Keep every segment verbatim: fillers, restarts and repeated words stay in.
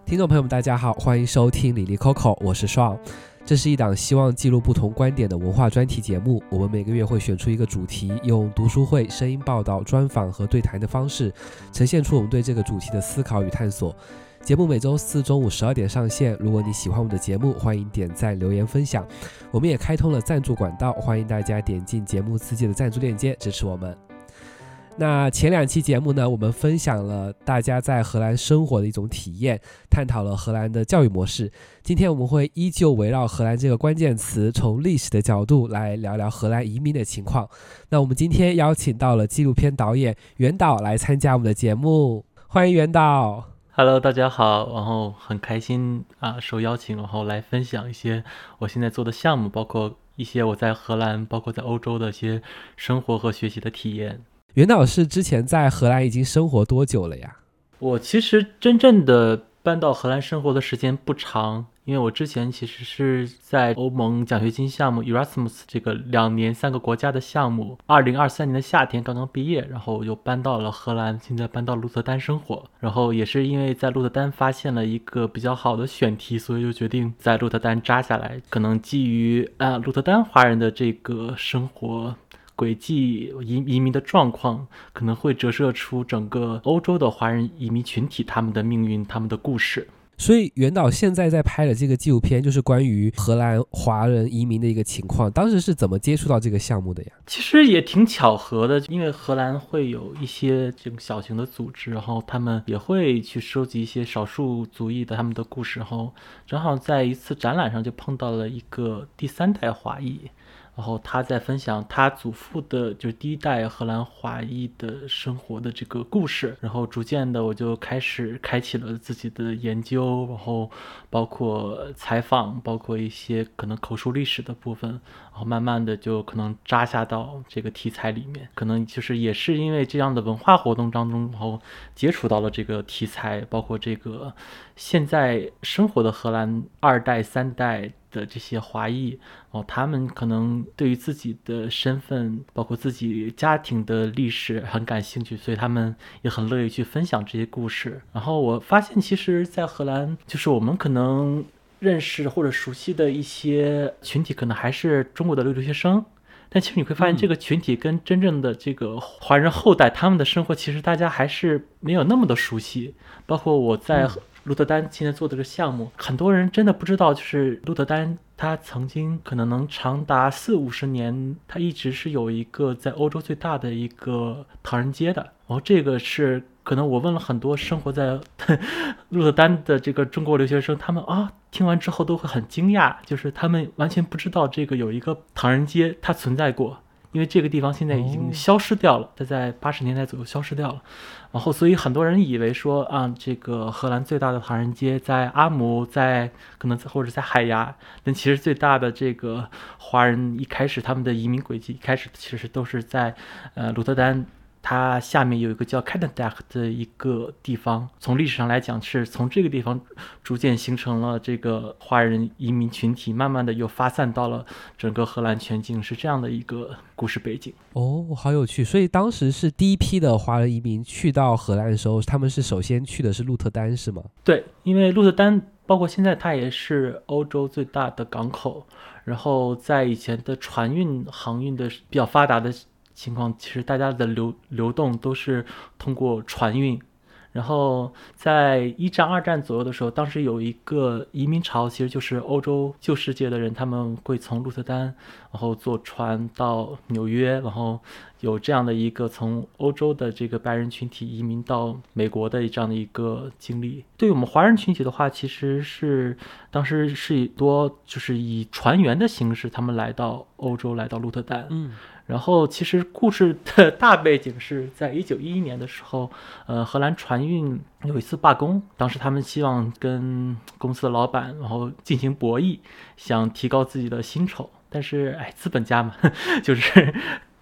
听众朋友们大家好，欢迎收听李丽 Coco， 我是爽。这是一档希望记录不同观点的文化专题节目，我们每个月会选出一个主题，用读书会、声音报道、专访和对谈的方式呈现出我们对这个主题的思考与探索。节目每周四中午十二点上线，如果你喜欢我们的节目，欢迎点赞、留言、分享。我们也开通了赞助管道，欢迎大家点进节目自己的赞助链接支持我们。那前两期节目呢，我们分享了大家在荷兰生活的一种体验，探讨了荷兰的教育模式。今天我们会依旧围绕荷兰这个关键词，从历史的角度来聊聊荷兰移民的情况。那我们今天邀请到了纪录片导演袁导来参加我们的节目，欢迎袁导。 Hello， 大家好，然后很开心啊，受邀请，然后来分享一些我现在做的项目，包括一些我在荷兰，包括在欧洲的一些生活和学习的体验。 袁导是之前在荷兰已经生活多久了呀？ 我其实真正的搬到荷兰生活的时间不长，因为我之前其实是在欧盟奖学金项目 Erasmus 这个两年三个国家的项目，二零二三年的夏天刚刚毕业，然后又搬到了荷兰，现在搬到鹿特丹生活。然后也是因为在鹿特丹发现了一个比较好的选题，所以就决定在鹿特丹扎下来。可能基于啊鹿特丹华人的这个生活轨迹、移移民的状况，可能会折射出整个欧洲的华人移民群体他们的命运、他们的故事。 所以袁导现在在拍的这个纪录片就是关于荷兰华人移民的一个情况，当时是怎么接触到这个项目的呀？ 其实也挺巧合的，因为荷兰会有一些这种小型的组织，然后他们也会去收集一些少数族裔的他们的故事，然后正好在一次展览上就碰到了一个第三代华裔，然后他在分享他祖父的就是第一代荷兰华裔的生活的这个故事，然后逐渐的我就开始开启了自己的研究，然后包括采访，包括一些可能口述历史的部分，然后慢慢的就可能扎下到这个题材里面，可能就是也是因为这样的文化活动当中，然后接触到了这个题材，包括这个现在生活的荷兰二代三代的这些华裔哦，他们可能对于自己的身份，包括自己家庭的历史很感兴趣，所以他们也很乐意去分享这些故事。然后我发现，其实，在荷兰，就是我们可能认识或者熟悉的一些群体，可能还是中国的留学生。但其实你会发现，这个群体跟真正的这个华人后代，他们的生活其实大家还是没有那么的熟悉。包括我在鹿特丹现在做的这个项目，很多人真的不知道，就是鹿特丹它曾经可能能长达四五十年，它一直是有一个在欧洲最大的一个唐人街的。然后这个是可能我问了很多生活在鹿特丹的这个中国留学生，他们啊听完之后都会很惊讶，就是他们完全不知道这个有一个唐人街它存在过。因为这个地方现在已经消失掉了，它在八十年代左右消失掉了，然后所以很多人以为说啊，这个荷兰最大的唐人街在阿姆，在可能或者在海牙，但其实最大的这个华人一开始他们的移民轨迹一开始其实都是在呃鹿特丹。它下面有一个叫 Katendijk 的一个地方，从历史上来讲是从这个地方逐渐形成了这个华人移民群体，慢慢的又发散到了整个荷兰全境，是这样的一个故事背景。 哦，好有趣。所以当时是第一批的华人移民去到荷兰的时候，他们是首先去的是鹿特丹是吗？ 对，因为鹿特丹包括现在它也是欧洲最大的港口，然后在以前的船运航运的比较发达的情况，其实大家的流流动都是通过船运。然后在一战二战左右的时候，当时有一个移民潮，其实就是欧洲旧世界的人，他们会从鹿特丹然后坐船到纽约，然后有这样的一个从欧洲的这个白人群体移民到美国的这样的一个经历。对于我们华人群体的话，其实是当时是多就是以船员的形式他们来到欧洲，来到鹿特丹。嗯，然后其实故事的大背景是在一九一一年的时候，呃，荷兰船运有一次罢工，当时他们希望跟公司的老板然后进行博弈，想提高自己的薪酬，但是哎，资本家嘛，就是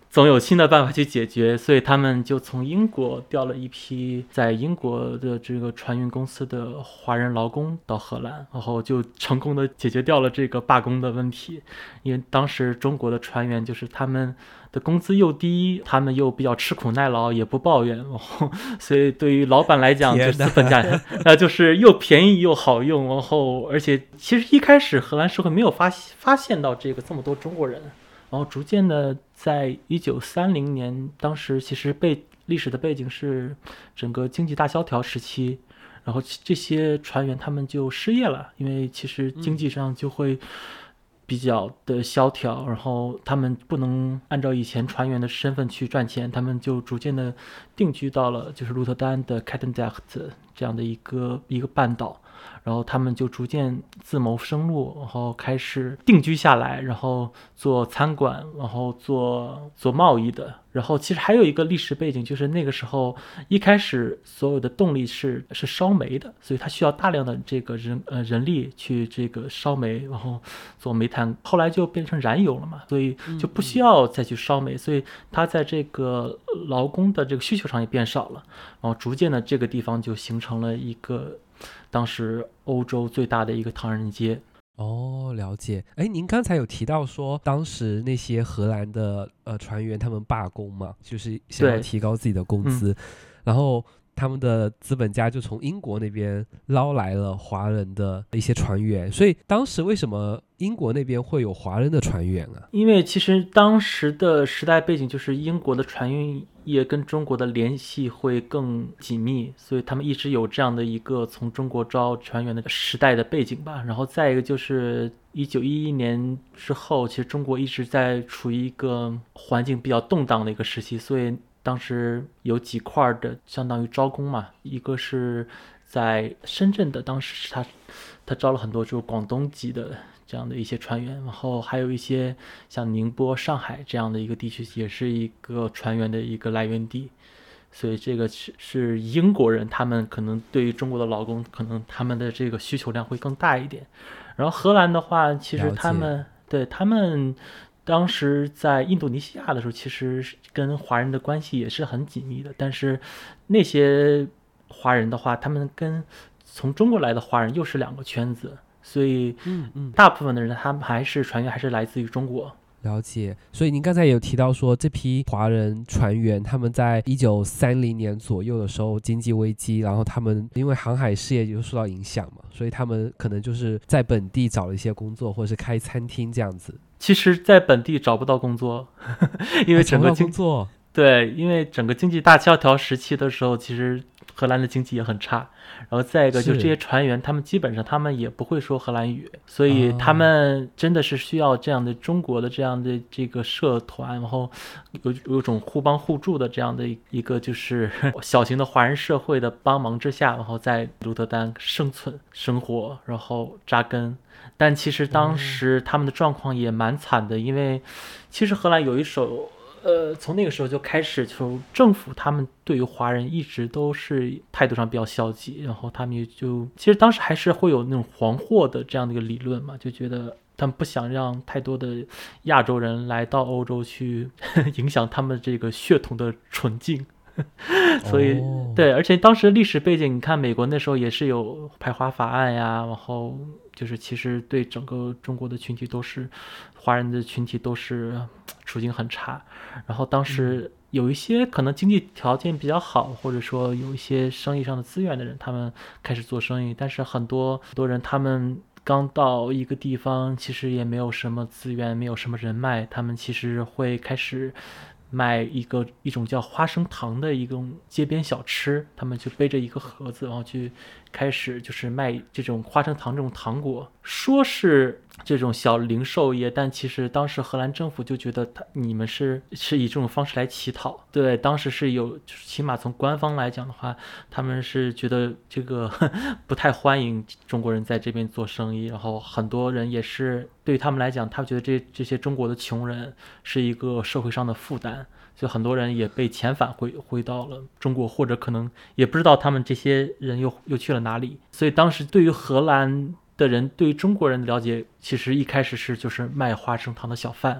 总有新的办法去解决，所以他们就从英国调了一批在英国的这个船运公司的华人劳工到荷兰，然后就成功的解决掉了这个罢工的问题。因为当时中国的船员就是他们的工资又低，他们又比较吃苦耐劳，也不抱怨，然后所以对于老板来讲，就资本家那就是又便宜又好用，然后而且其实一开始荷兰社会没有发发现到这个这么多中国人。然后逐渐的，在一九三零年，当时其实背历史的背景是整个经济大萧条时期，然后这些船员他们就失业了，因为其实经济上就会比较的萧条，然后他们不能按照以前船员的身份去赚钱，他们就逐渐的定居到了就是鹿特丹的 Katendrecht 这样的一个一个半岛。然后他们就逐渐自谋生路，然后开始定居下来，然后做餐馆，然后做做贸易的。然后其实还有一个历史背景，就是那个时候一开始所有的动力是是烧煤的，所以它需要大量的这个人呃人力去这个烧煤，然后做煤炭。后来就变成燃油了嘛，所以就不需要再去烧煤，所以它在这个劳工的这个需求上也变少了。然后逐渐的这个地方就形成了一个当时欧洲最大的一个唐人街。 哦，了解。哎，您刚才有提到说，当时那些荷兰的呃船员他们罢工嘛，就是想要提高自己的工资，嗯、然后他们的资本家就从英国那边捞来了华人的一些船员。所以当时为什么英国那边会有华人的船员啊？ 因为其实当时的时代背景就是英国的船运业跟中国的联系会更紧密，所以他们一直有这样的一个从中国招船员的时代的背景吧。然后再一个就是一九一一年之后，其实中国一直在处于一个环境比较动荡的一个时期，所以当时有几块的相当于招工嘛，一个是在深圳的，当时他他招了很多就是广东籍的这样的一些船员，然后还有一些像宁波、上海这样的一个地区，也是一个船员的一个来源地。所以这个是是英国人，他们可能对于中国的劳工，可能他们的这个需求量会更大一点。然后荷兰的话，其实他们对他们当时在印度尼西亚的时候，其实跟华人的关系也是很紧密的。但是那些华人的话，他们跟从中国来的华人又是两个圈子。所以，嗯嗯，大部分的人他们还是船员，还是来自于中国。 了解。所以您刚才也有提到说，这批华人船员他们在一九三零年左右的时候经济危机，然后他们因为航海事业就受到影响嘛，所以他们可能就是在本地找了一些工作，或者是开餐厅这样子。 其实在本地找不到工作，因为整个工作对，因为整个经济大萧条时期的时候，其实荷兰的经济也很差。然后再一个就是这些船员他们基本上他们也不会说荷兰语，所以他们真的是需要这样的中国的这样的这个社团，然后有有种互帮互助的这样的一个就是小型的华人社会的帮忙之下，然后在鹿特丹生存生活，然后扎根。但其实当时他们的状况也蛮惨的，因为其实荷兰有一首呃，从那个时候就开始，就政府他们对于华人一直都是态度上比较消极，然后他们也就其实当时还是会有那种黄祸的这样的一个理论嘛，就觉得他们不想让太多的亚洲人来到欧洲去影响他们这个血统的纯净。所以、oh. 对，而且当时历史背景，你看美国那时候也是有排华法案呀，然后就是其实对整个中国的群体都是华人的群体都是处境很差。然后当时有一些可能经济条件比较好，或者说有一些生意上的资源的人，他们开始做生意，但是很多很多人他们刚到一个地方，其实也没有什么资源，没有什么人脉，他们其实会开始卖一个一种叫花生糖的一种街边小吃，他们就背着一个盒子，然后去开始就是卖这种花生糖这种糖果，说是这种小零售业，但其实当时荷兰政府就觉得他你们是是以这种方式来乞讨。对，当时是有起码从官方来讲的话，他们是觉得这个不太欢迎中国人在这边做生意，然后很多人也是对于他们来讲，他们觉得这这些中国的穷人是一个社会上的负担，所以很多人也被遣返回回到了中国，或者可能也不知道他们这些人又又去了哪里。所以当时对于荷兰的人对于中国人的了解，其实一开始是就是卖花生糖的小贩，然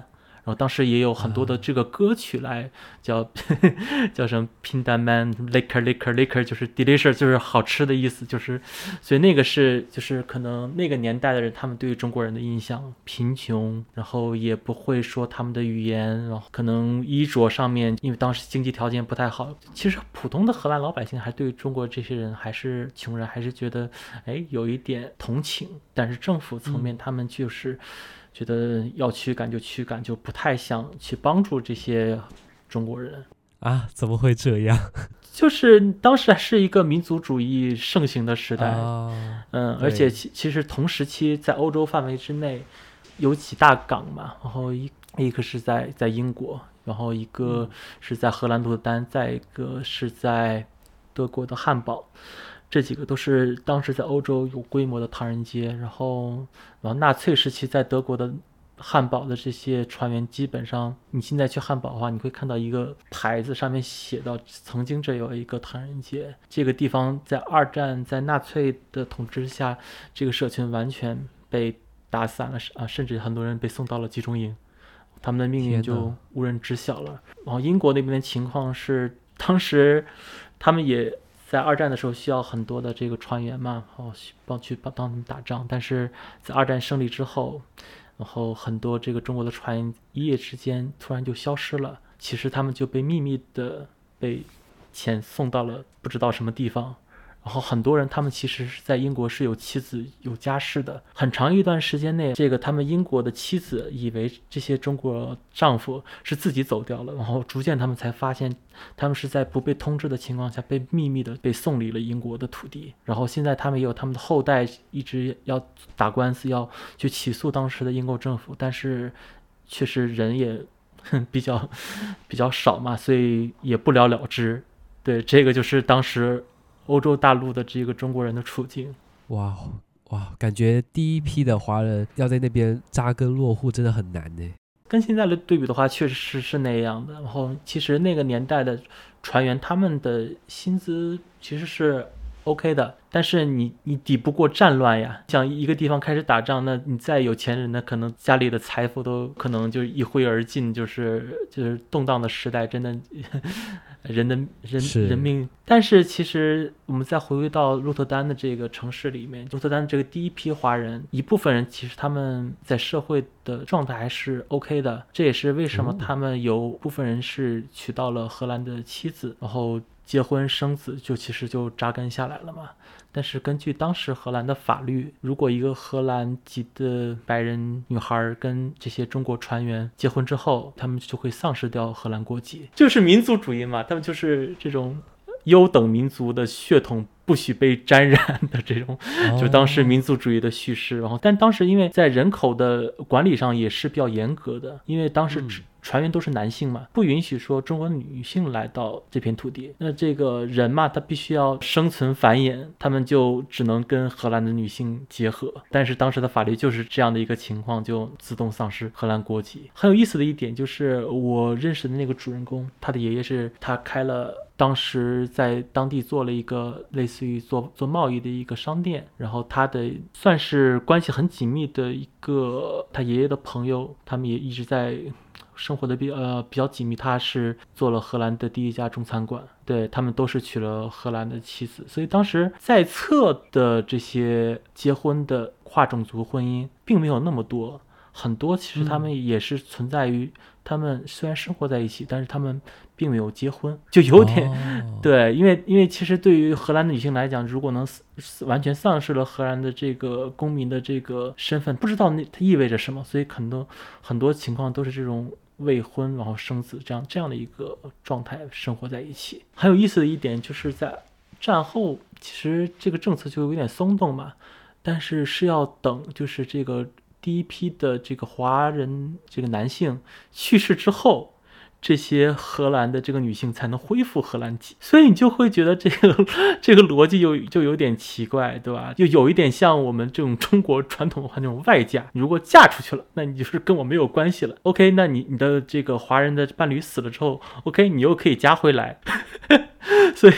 后当时也有很多的这个歌曲来叫、啊、叫什么 Pindaman liquor liquor liquor 就是 delicious 就是好吃的意思，就是所以那个是就是可能那个年代的人他们对于中国人的印象贫穷，然后也不会说他们的语言，然后可能衣着上面因为当时经济条件不太好，其实普通的荷兰老百姓还对于中国这些人还是穷人还是觉得哎有一点同情，但是政府层面他们就是觉得要驱赶就驱赶，就不太想去帮助这些中国人啊。怎么会这样？ 就是当时还是一个民族主义盛行的时代、 哦、 嗯，而且其其实同时期在欧洲范围之内有几大港嘛，然后一一个是在在英国，然后一个是在荷兰鹿特丹，再一个是在德国的汉堡，这几个都是当时在欧洲有规模的唐人街。然后然后纳粹时期在德国的汉堡的这些船员，基本上你现在去汉堡的话，你会看到一个牌子上面写到曾经这有一个唐人街。这个地方在二战在纳粹的统治下，这个社群完全被打散了啊，甚至很多人被送到了集中营，他们的命运就无人知晓了。然后英国那边的情况是，当时他们也在二战的时候需要很多的这个船员嘛，然后帮去帮他们打仗，但是在二战胜利之后，然后很多这个中国的船员一夜之间突然就消失了，其实他们就被秘密的被遣送到了不知道什么地方。然后很多人他们其实是在英国是有妻子有家室的，很长一段时间内，这个他们英国的妻子以为这些中国丈夫是自己走掉了，然后逐渐他们才发现他们是在不被通知的情况下被秘密的被送离了英国的土地。然后现在他们也有他们的后代一直要打官司要去起诉当时的英国政府，但是确实人也比较比较少嘛，所以也不了了之。对，这个就是当时欧洲大陆的这个中国人的处境。 哇哇，感觉第一批的华人要在那边扎根落户真的很难呢。 跟现在的对比的话，确实是是那样的。然后其实那个年代的船员，他们的薪资其实是 OK 的，但是你你抵不过战乱呀。像一个地方开始打仗，那你再有钱人呢，可能家里的财富都可能就一挥而尽，就是就是动荡的时代，真的人的人人命。但是其实我们再回归到鹿特丹的这个城市里面，鹿特丹这个第一批华人，一部分人其实他们在社会的状态还是 OK 的，这也是为什么他们有部分人是娶到了荷兰的妻子，然后结婚生子，就其实就扎根下来了嘛。但是根据当时荷兰的法律，如果一个荷兰籍的白人女孩跟这些中国船员结婚之后，他们就会丧失掉荷兰国籍，就是民族主义嘛，他们就是这种优等民族的血统不许被沾染的这种，就当时民族主义的叙事。然后但当时因为在人口的管理上也是比较严格的，因为当时船员都是男性嘛，不允许说中国女性来到这片土地，那这个人嘛，他必须要生存繁衍，他们就只能跟荷兰的女性结合。但是当时的法律就是这样的一个情况，就自动丧失荷兰国籍。很有意思的一点就是我认识的那个主人公，他的爷爷是他开了当时在当地做了一个类似于做做贸易的一个商店，然后他的算是关系很紧密的一个他爷爷的朋友，他们也一直在生活的比呃比较紧密，他是做了荷兰的第一家中餐馆，对，他们都是娶了荷兰的妻子，所以当时在册的这些结婚的跨种族婚姻并没有那么多，很多其实他们也是存在于、嗯、他们虽然生活在一起，但是他们并没有结婚，就有点、哦、对，因为因为其实对于荷兰的女性来讲，如果能完全丧失了荷兰的这个公民的这个身份，不知道那它意味着什么，所以很多很多情况都是这种未婚然后生子这样这样的一个状态生活在一起。很有意思的一点就是在战后其实这个政策就有点松动嘛，但是是要等就是这个第一批的这个华人这个男性去世之后，这些荷兰的这个女性才能恢复荷兰籍，所以你就会觉得这个这个逻辑有就有点奇怪，对吧？就有一点像我们这种中国传统的话那种外嫁，你如果嫁出去了，那你就是跟我没有关系了。OK， 那你你的这个华人的伴侣死了之后 ，OK， 你又可以加回来。所以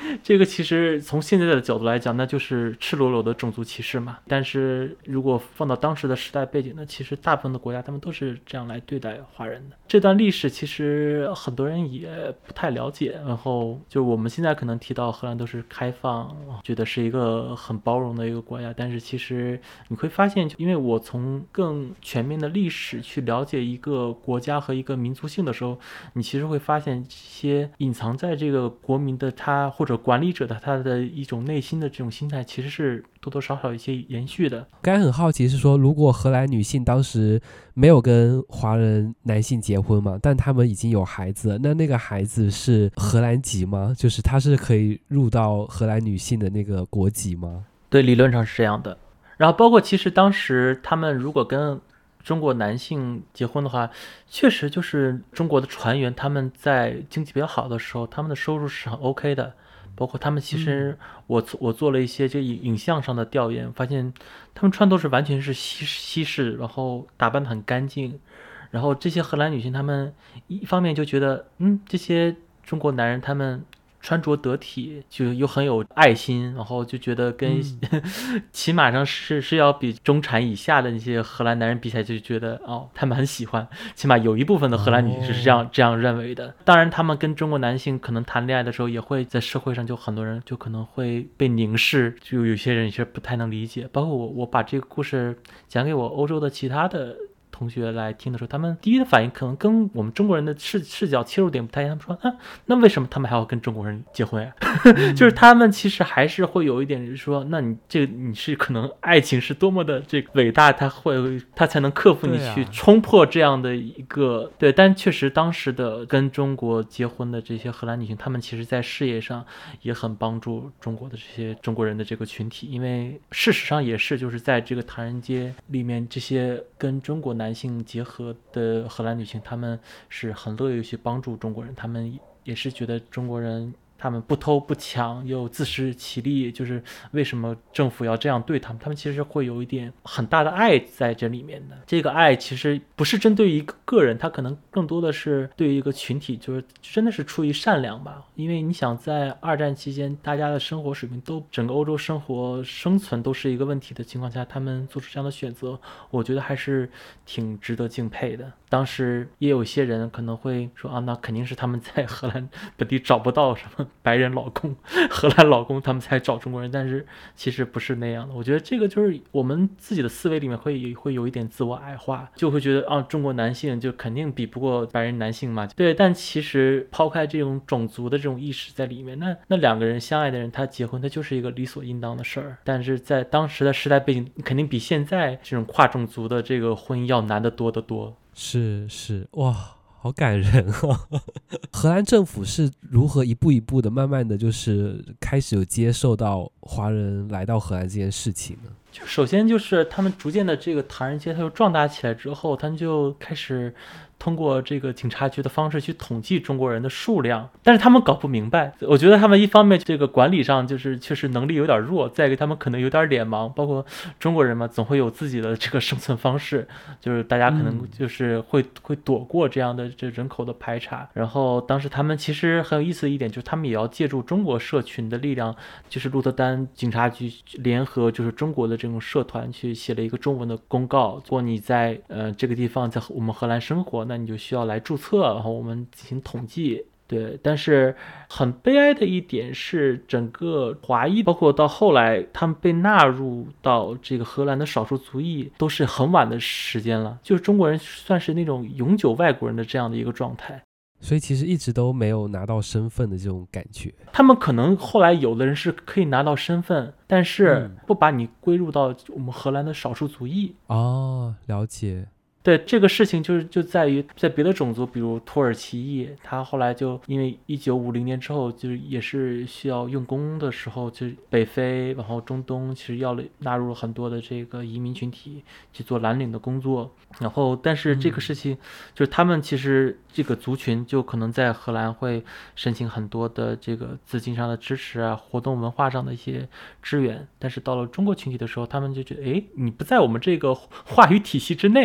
这个其实从现在的角度来讲，那就是赤裸裸的种族歧视嘛。但是如果放到当时的时代背景呢，其实大部分的国家他们都是这样来对待华人的。这段历史其实很多人也不太了解，然后就我们现在可能提到荷兰都是开放，觉得是一个很包容的一个国家，但是其实你会发现，因为我从更全面的历史去了解一个国家和一个民族性的时候，你其实会发现一些隐藏在这个国民的他或者管理者的他的一种内心的这种心态，其实是多多少少一些延续的。 刚才很好奇是说，如果荷兰女性当时没有跟华人男性结婚嘛，但他们已经有孩子了，那那个孩子是荷兰籍吗？就是他是可以入到荷兰女性的那个国籍吗？ 对，理论上是这样的。然后包括其实当时他们如果跟中国男性结婚的话，确实就是中国的船员他们在经济比较好的时候，他们的收入是很 OK 的。包括他们其实我、嗯、我做了一些这影像上的调研，发现他们穿都是完全是西西式，然后打扮得很干净。然后这些荷兰女性，她们一方面就觉得，嗯，这些中国男人他们穿着得体，就又很有爱心，然后就觉得跟、嗯、起码上是是要比中产以下的那些荷兰男人比起来，就觉得哦，他们很喜欢，起码有一部分的荷兰女性是这样、哦、这样认为的。当然，他们跟中国男性可能谈恋爱的时候，也会在社会上就很多人就可能会被凝视，就有些人也是不太能理解。包括我，我把这个故事讲给我欧洲的其他的同学来听的时候，他们第一的反应可能跟我们中国人的视视角切入点不太一样。他们说啊，那为什么他们还要跟中国人结婚呀、嗯、就是他们其实还是会有一点说，那你这个你是可能爱情是多么的这个伟大，他会他才能克服你去冲破这样的一个 对, 对但确实当时的跟中国结婚的这些荷兰女性，她们其实在事业上也很帮助中国的这些中国人的这个群体。因为事实上也是就是在这个唐人街里面，这些跟中国男性结合的荷兰女性，她们是很乐于去帮助中国人，她们也是觉得中国人他们不偷不抢又自食其力，就是为什么政府要这样对他们，他们其实会有一点很大的爱在这里面的。这个爱其实不是针对于一个个人，他可能更多的是对于一个群体，就是真的是出于善良吧。因为你想在二战期间大家的生活水平都整个欧洲生活生存都是一个问题的情况下，他们做出这样的选择，我觉得还是挺值得敬佩的。当时也有些人可能会说啊，那肯定是他们在荷兰本地找不到什么白人老公荷兰老公，他们才找中国人，但是其实不是那样的。我觉得这个就是我们自己的思维里面会会有一点自我矮化，就会觉得啊，中国男性就肯定比不过白人男性嘛。对，但其实抛开这种种族的这种意识在里面，那那两个人相爱的人他结婚，他就是一个理所应当的事儿。但是在当时的时代背景，肯定比现在这种跨种族的这个婚姻要难得多得多。 是是，哇，好感人啊！荷兰政府是如何一步一步的慢慢的就是开始有接受到华人来到荷兰这件事情呢？ 就首先就是他们逐渐的这个唐人街它就壮大起来之后，他们就开始通过这个警察局的方式去统计中国人的数量，但是他们搞不明白。我觉得他们一方面这个管理上就是确实能力有点弱，再一个他们可能有点脸盲，包括中国人嘛，总会有自己的这个生存方式，就是大家可能就是会、嗯、会躲过这样的这人口的排查。然后当时他们其实很有意思的一点就是他们也要借助中国社群的力量，就是鹿特丹警察局联合就是中国的这种社团去写了一个中文的公告，如果你在呃这个地方在我们荷兰生活，那你就需要来注册，然后我们进行统计。对，但是很悲哀的一点是，整个华裔包括到后来他们被纳入到这个荷兰的少数族裔都是很晚的时间了，就是中国人算是那种永久外国人的这样的一个状态。 所以其实一直都没有拿到身份的这种感觉。 他们可能后来有的人是可以拿到身份，但是不把你归入到我们荷兰的少数族裔。 哦，了解。 对，这个事情就是就在于在别的种族，比如土耳其裔，他后来就因为一九五零年之后，就是也是需要用工的时候，就北非然后中东其实要纳入了很多的这个移民群体去做蓝领的工作。然后但是这个事情、嗯、就是他们其实这个族群就可能在荷兰会申请很多的这个资金上的支持啊，活动文化上的一些支援，但是到了中国群体的时候，他们就觉得哎，你不在我们这个话语体系之内。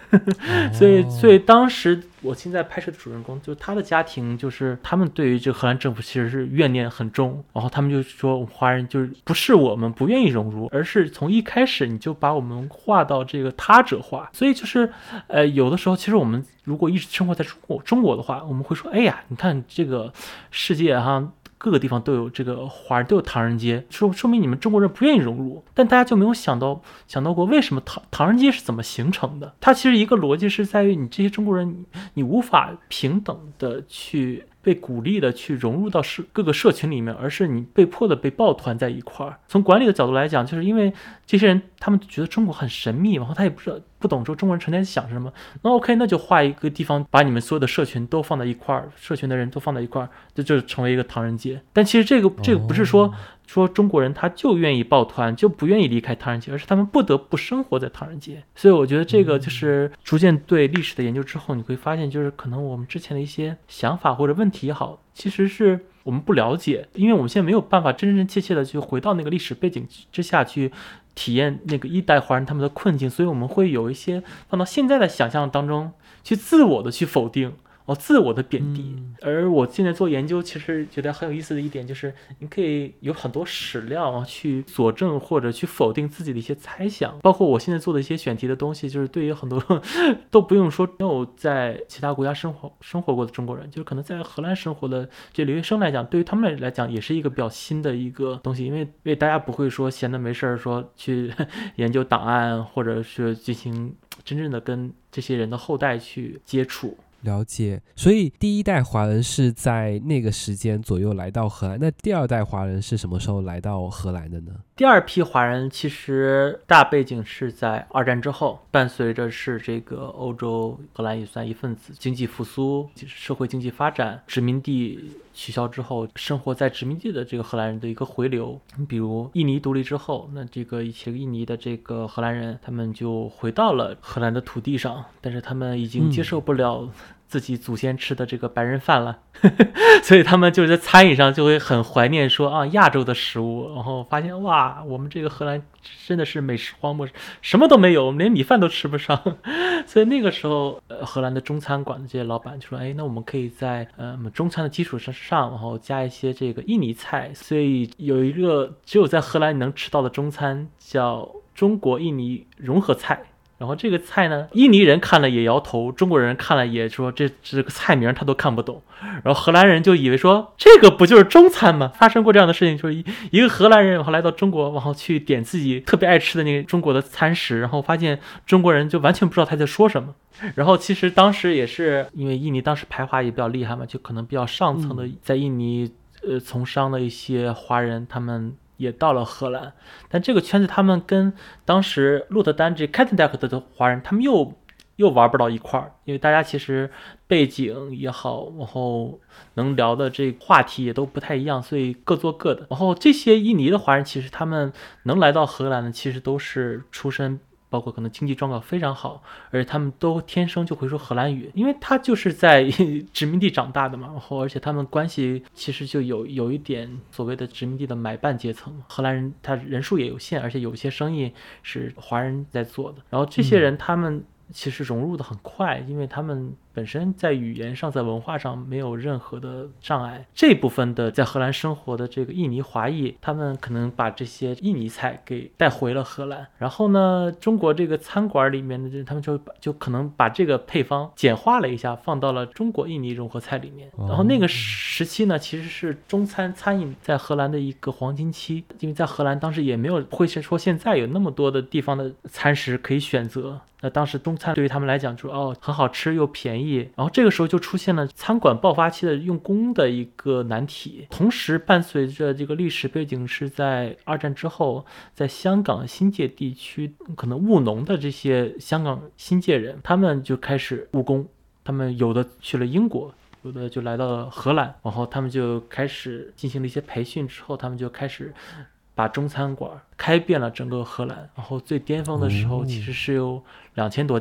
所以所以当时我现在拍摄的主人公，就他的家庭，就是他们对于这个荷兰政府其实是怨念很重，然后他们就说华人就是不是我们不愿意融入，而是从一开始你就把我们划到这个他者化。所以就是呃有的时候其实我们如果一直生活在中国中国的话，我们会说，哎呀，你看这个世界哈，各个地方都有这个华人，都有唐人街，说说明你们中国人不愿意融入。但大家就没有想到想到过为什么唐唐人街是怎么形成的？它其实一个逻辑是在于你这些中国人，你无法平等的去被鼓励的去融入到社各个社群里面，而是你被迫的被抱团在一块儿。从管理的角度来讲，就是因为这些人他们觉得中国很神秘，然后他也不知道不懂说中国人成天想什么，那 OK， 那就画一个地方，把你们所有的社群都放在一块儿，社群的人都放在一块儿，这就成为一个唐人街。但其实这个这个不是说说中国人他就愿意抱团，就不愿意离开唐人街，而是他们不得不生活在唐人街。所以我觉得这个就是逐渐对历史的研究之后，你会发现就是可能我们之前的一些想法或者问题也好，其实是我们不了解，因为我们现在没有办法真真切切的去回到那个历史背景之下去体验那个一代华人他们的困境，所以我们会有一些放到现在的想象当中去自我的去否定，哦，自我的贬低。嗯、而我现在做研究，其实觉得很有意思的一点就是，你可以有很多史料啊，去佐证或者去否定自己的一些猜想。包括我现在做的一些选题的东西，就是对于很多都不用说没有在其他国家生活生活过的中国人，就是可能在荷兰生活的这留学生来讲，对于他们来讲也是一个比较新的一个东西，因为因为大家不会说闲的没事说去研究档案，或者是进行真正的跟这些人的后代去接触。 了解，所以第一代华人是在那个时间左右来到荷兰，那第二代华人是什么时候来到荷兰的呢？ 第二批华人其实大背景是在二战之后，伴随着是这个欧洲，荷兰也算一份子，经济复苏，社会经济发展，殖民地取消之后，生活在殖民地的这个荷兰人的一个回流。比如印尼独立之后，那这个一些印尼的这个荷兰人，他们就回到了荷兰的土地上，但是他们已经接受不了自己祖先吃的这个白人饭了，所以他们就是在餐饮上就会很怀念说啊亚洲的食物，然后发现哇，我们这个荷兰真的是美食荒漠，什么都没有，我们连米饭都吃不上。所以那个时候，呃，荷兰的中餐馆的这些老板就说，哎，那我们可以在呃中餐的基础上，然后加一些这个印尼菜。所以有一个只有在荷兰能吃到的中餐叫中国印尼融合菜。然后这个菜呢，印尼人看了也摇头，中国人看了也说这这个菜名他都看不懂。然后荷兰人就以为说这个不就是中餐吗？发生过这样的事情，就是一一个荷兰人然后来到中国，然后去点自己特别爱吃的那个中国的餐食，然后发现中国人就完全不知道他在说什么。然后其实当时也是因为印尼当时排华也比较厉害嘛，就可能比较上层的在印尼呃从商的一些华人，他们也到了荷兰，但这个圈子他们跟当时鹿特丹这 Katendijk 的华人他们又又玩不到一块儿，因为大家其实背景也好，然后能聊的这话题也都不太一样，所以各做各的。然后这些印尼的华人其实他们能来到荷兰的，其实都是出身包括可能经济状况非常好，而且他们都天生就会说荷兰语，因为他就是在殖民地长大的嘛，然后而且他们关系其实就有有一点所谓的殖民地的买办阶层，荷兰人他人数也有限，而且有些生意是华人在做的，然后这些人他们其实融入的很快，因为他们本身在语言上在文化上没有任何的障碍。这部分的在荷兰生活的这个印尼华裔，他们可能把这些印尼菜给带回了荷兰，然后呢中国这个餐馆里面的他们就就可能把这个配方简化了一下，放到了中国印尼融合菜里面。然后那个时期呢其实是中餐餐饮在荷兰的一个黄金期，因为在荷兰当时也没有会说现在有那么多的地方的餐食可以选择，那当时中餐对于他们来讲就哦很好吃又便宜，然后这个时候就出现了餐馆爆发期的用工的一个难题。同时伴随着这个历史背景是在二战之后，在香港新界地区可能务农的这些香港新界人，他们就开始务工，他们有的去了英国，有的就来到了荷兰，然后他们就开始进行了一些培训之后，他们就开始把中餐馆开遍了整个荷兰，然后最巅峰的时候其实是有两千多家，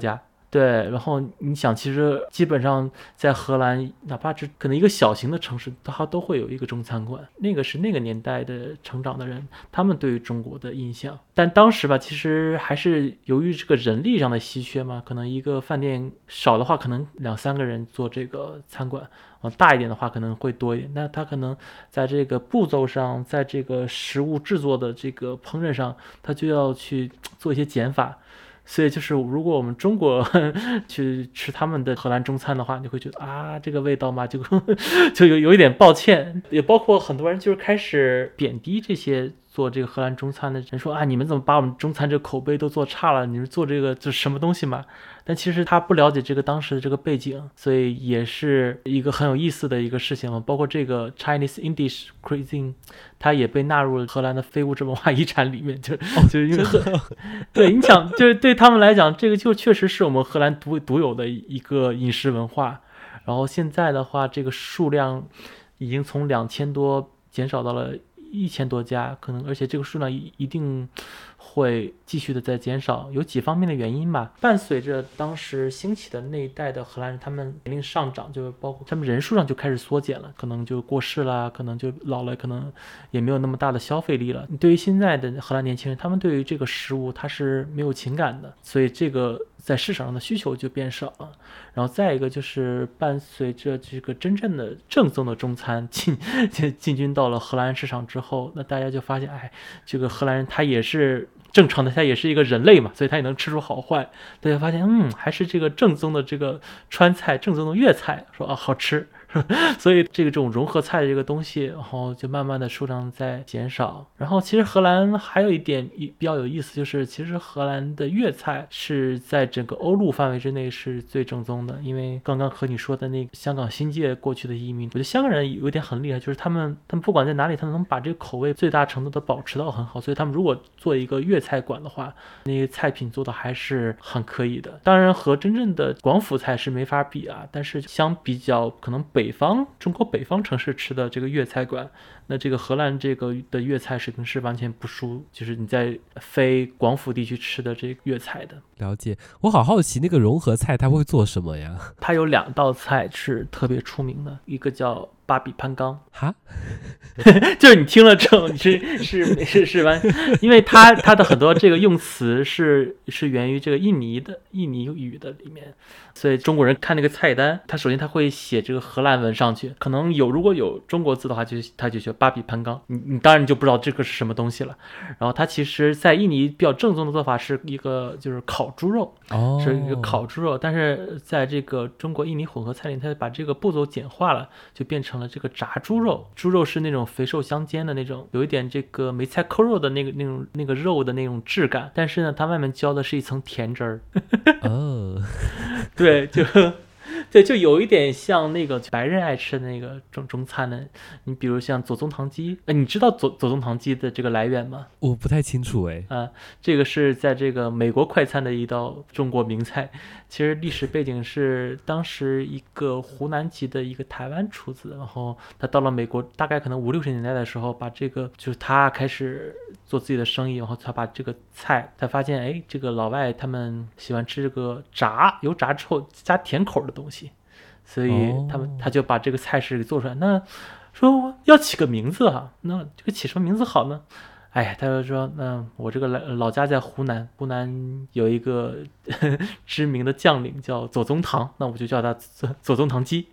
对，然后你想，其实基本上在荷兰，哪怕是可能一个小型的城市，它都会有一个中餐馆。那个是那个年代的成长的人，他们对于中国的印象。但当时吧，其实还是由于这个人力上的稀缺嘛，可能一个饭店少的话，可能两三个人做这个餐馆，啊，大一点的话可能会多一点。那他可能在这个步骤上，在这个食物制作的这个烹饪上，他就要去做一些减法。所以就是如果我们中国呵呵去吃他们的荷兰中餐的话，你会觉得啊，这个味道嘛，就呵呵就有有一点抱歉。也包括很多人就是开始贬低这些做这个荷兰中餐的人，说啊，你们怎么把我们中餐这个口碑都做差了？你们做这个这什么东西嘛？但其实他不了解这个当时的这个背景，所以也是一个很有意思的一个事情嘛。包括这个 Chinese Indian Cuisine， 它也被纳入了荷兰的非物质文化遗产里面，就、哦、就是因为对你想，就是对他们来讲，这个就确实是我们荷兰独独有的一个饮食文化。然后现在的话，这个数量已经从两千多减少到了一千多家，可能而且这个数量一定会继续的在减少，有几方面的原因吧。伴随着当时兴起的那一代的荷兰人，他们年龄上涨，就包括他们人数上就开始缩减了，可能就过世了，可能就老了，可能也没有那么大的消费力了。对于现在的荷兰年轻人，他们对于这个食物他是没有情感的，所以这个在市场上的需求就变少了。然后再一个就是伴随着这个真正的正宗的中餐进进军到了荷兰市场之后，那大家就发现，哎，这个荷兰人他也是正常的，他也是一个人类嘛，所以他也能吃出好坏。大家发现，嗯，还是这个正宗的这个川菜，正宗的粤菜，说啊好吃。所以这个这种融合菜的这个东西，然后就慢慢的数量在减少。然后其实荷兰还有一点比较有意思，就是其实荷兰的粤菜是在整个欧陆范围之内是最正宗的。因为刚刚和你说的那个香港新界过去的移民，我觉得香港人有一点很厉害，就是他们他们不管在哪里，他们能把这个口味最大程度的保持到很好。所以他们如果做一个粤菜馆的话，那些菜品做的还是很可以的。当然和真正的广府菜是没法比啊，但是相比较可能北方中国北方城市吃的这个粤菜馆，那这个荷兰这个的粤菜水平是完全不输，就是你在非广府地区吃的这个粤菜的。 了解。我好好奇那个融合菜它会做什么呀？ 它有两道菜是特别出名的，一个叫巴比潘冈。 哈就是你听了之后你是是是是完，因为它它的很多这个用词是是源于这个印尼的印尼语的里面，所以中国人看那个菜单，他首先他会写这个荷兰文上去，可能有如果有中国字的话就他就写巴比潘冈，你你当然就不知道这个是什么东西了。然后它其实在印尼比较正宗的做法是一个就是烤猪肉， 哦， 是一个烤猪肉，但是在这个中国印尼混合菜里，它把这个步骤简化了，就变成了这个炸猪肉。猪肉是那种肥瘦相间的那种，有一点这个梅菜扣肉的那个那种那个肉的那种质感，但是呢，它外面浇的是一层甜汁儿。 哦， 对，就。对，就有一点像那个白人爱吃的那个中中餐的，你比如像左宗棠鸡，呃，你知道左左宗棠鸡的这个来源吗？ 我不太清楚哎。 啊，这个是在这个美国快餐的一道中国名菜。其实历史背景是当时一个湖南籍的一个台湾厨子，然后他到了美国，大概可能五六十年代的时候，把这个就是他开始做自己的生意，然后他把这个菜，他发现哎，这个老外他们喜欢吃这个炸，油炸之后加甜口的东西。所以他们他就把这个菜式给做出来。那说要起个名字哈，那这个起什么名字好呢？哎，他就说，那我这个老家在湖南，湖南有一个呵呵知名的将领叫左宗棠，那我就叫他左左宗棠鸡。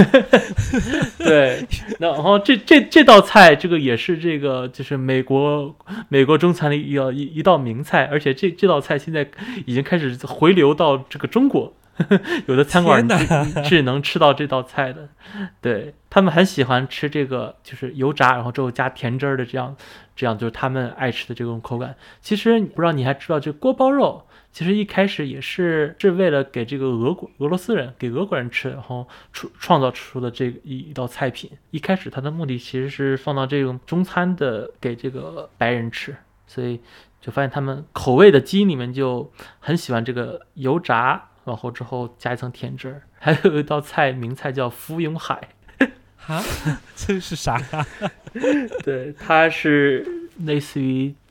对，那然后这这这道菜，这个也是这个就是美国美国中餐的一道一一道名菜，而且这这道菜现在已经开始回流到这个中国。有的餐馆是能吃到这道菜的。对，他们很喜欢吃这个就是油炸然后之后加甜汁儿的，这样这样就是他们爱吃的这种口感。其实不知道你还知道这锅包肉其实一开始也是是为了给这个俄国俄罗斯人给俄国人吃，然后创造出的这一一道菜品。一开始它的目的其实是放到这种中餐的给这个白人吃，所以就发现他们口味的基因里面就很喜欢这个油炸，然后之后加一层甜汁儿。还有一道菜名菜叫芙蓉海。 哈，这是啥呀？ 对，它是类似于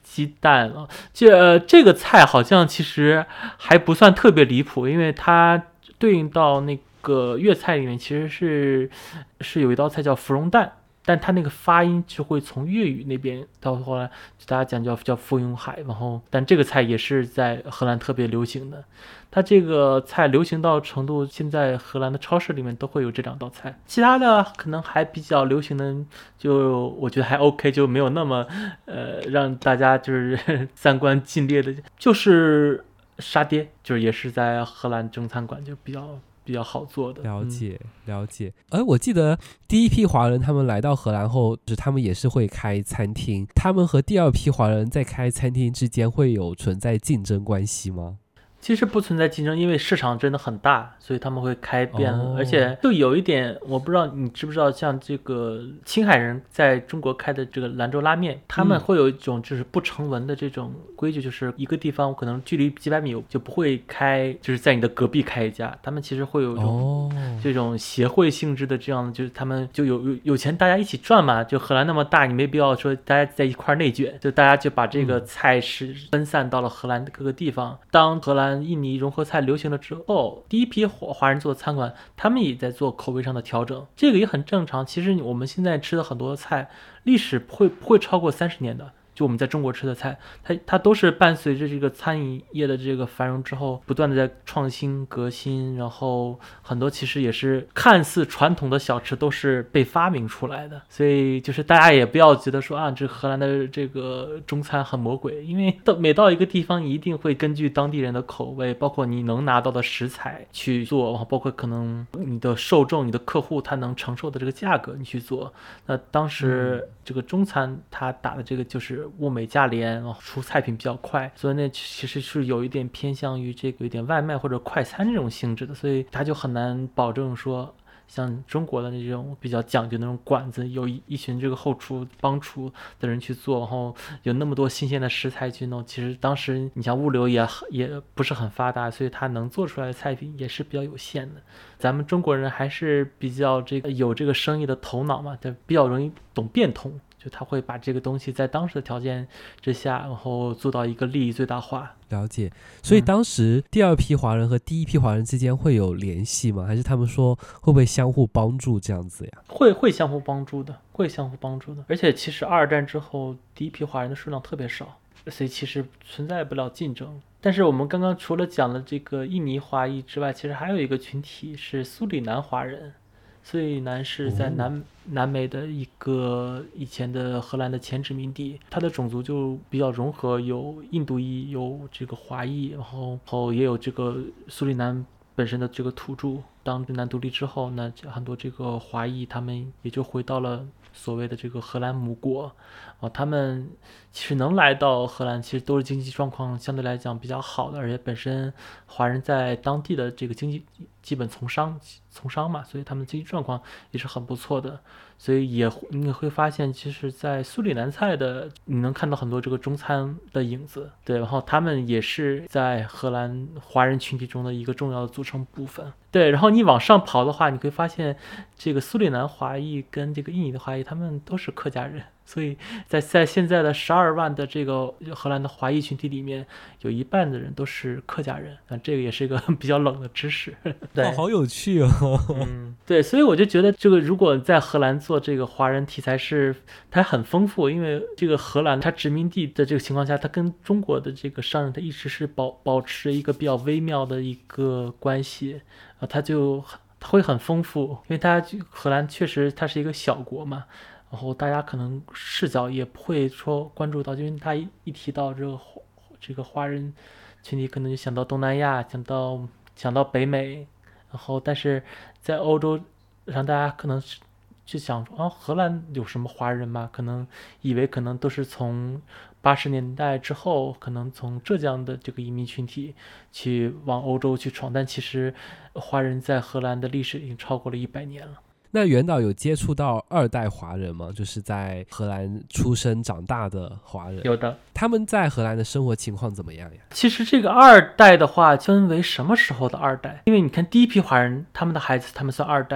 鸡蛋了。这、呃、这个菜好像其实还不算特别离谱，因为它对应到那个粤菜里面，其实是是有一道菜叫芙蓉蛋，但它那个发音就会从粤语那边到后来大家讲叫叫芙蓉海，然后但这个菜也是在荷兰特别流行的。它这个菜流行到程度，现在荷兰的超市里面都会有这两道菜。其他的可能还比较流行的，就我觉得还 OK， 就没有那么呃让大家就是三观尽裂的，就是沙爹，就是也是在荷兰中餐馆就比较比较好做的。 了解、嗯、了解。而我记得第一批华人他们来到荷兰后，就是他们也是会开餐厅，他们和第二批华人在开餐厅之间会有存在竞争关系吗？ 其实不存在竞争，因为市场真的很大，所以他们会开遍了、哦、而且就有一点我不知道你知不知道，像这个青海人在中国开的这个兰州拉面，他们会有一种就是不成文的这种规矩，就是一个地方可能距离几百米就不会开，就是在你的隔壁开一家，他们其实会有一种这种协会性质的，这样就是他们就有有有钱大家一起赚嘛，就荷兰那么大，你没必要说大家在一块内卷，就大家就把这个菜是分散到了荷兰的各个地方。当荷兰印尼融合菜流行了之后，第一批华人做的餐馆他们也在做口味上的调整，这个也很正常。其实我们现在吃的很多菜历史不会不会超过三十年的，就我们在中国吃的菜，它它都是伴随着这个餐饮业的这个繁荣之后，不断的在创新革新，然后很多其实也是看似传统的小吃都是被发明出来的。所以就是大家也不要觉得说啊，这荷兰的这个中餐很魔鬼，因为到每到一个地方一定会根据当地人的口味，包括你能拿到的食材去做，包括可能你的受众你的客户他能承受的这个价格你去做。那当时这个中餐他打的这个就是物美价廉，出菜品比较快，所以那其实是有一点偏向于这个有点外卖或者快餐这种性质的，所以他就很难保证说像中国的那种比较讲究那种馆子，有一一群这个后厨帮厨的人去做，然后有那么多新鲜的食材去弄。其实当时你像物流也也不是很发达，所以他能做出来的菜品也是比较有限的。咱们中国人还是比较这个有这个生意的头脑嘛，就比较容易懂变通。就他会把这个东西在当时的条件之下，然后做到一个利益最大化。 了解。所以当时第二批华人和第一批华人之间会有联系吗？还是他们说会不会相互帮助这样子呀？ 会会相互帮助的，会相互帮助的。而且其实二战之后，第一批华人的数量特别少，所以其实存在不了竞争。但是我们刚刚除了讲了这个印尼华裔之外，其实还有一个群体是苏里南华人。苏里南是在南、哦、南美的一个以前的荷兰的前殖民地，它的种族就比较融合，有印度裔，有这个华裔，然后然后也有这个苏里南本身的这个土著。当苏里南独立之后呢，很多这个华裔他们也就回到了所谓的这个荷兰母国啊，他们其实能来到荷兰，其实都是经济状况相对来讲比较好的，而且本身华人在当地的这个经济基本从商从商嘛，所以他们经济状况也是很不错的。所以也你会发现，其实在苏里南菜的你能看到很多这个中餐的影子，对，然后他们也是在荷兰华人群体中的一个重要的组成部分。对，然后你往上跑的话，你会发现这个苏里南华裔跟这个印尼的华裔他们都是客家人，所以在在现在的十二万的这个荷兰的华裔群体里面，有一半的人都是客家人。那这个也是一个比较冷的知识。对、 哦，好有趣哦。 嗯，对，所以我就觉得这个如果在荷兰做这个华人题材是它很丰富，因为这个荷兰它殖民地的这个情况下，它跟中国的这个商人它一直是保保持一个比较微妙的一个关系啊，它就它会很丰富，因为它荷兰确实它是一个小国嘛。然后大家可能视角也不会说关注到，因为他一一提到这个这个华人群体，可能就想到东南亚，想到想到北美，然后但是在欧洲让大家可能就想说啊，荷兰有什么华人吗？可能以为可能都是从八十年代之后，可能从浙江的这个移民群体去往欧洲去闯，但其实华人在荷兰的历史已经超过了一百年了。 那袁导有接触到二代华人吗？就是在荷兰出生长大的华人。 有的。 他们在荷兰的生活情况怎么样呀？ 其实这个二代的话分为什么时候的二代，因为你看第一批华人他们的孩子他们算二代，然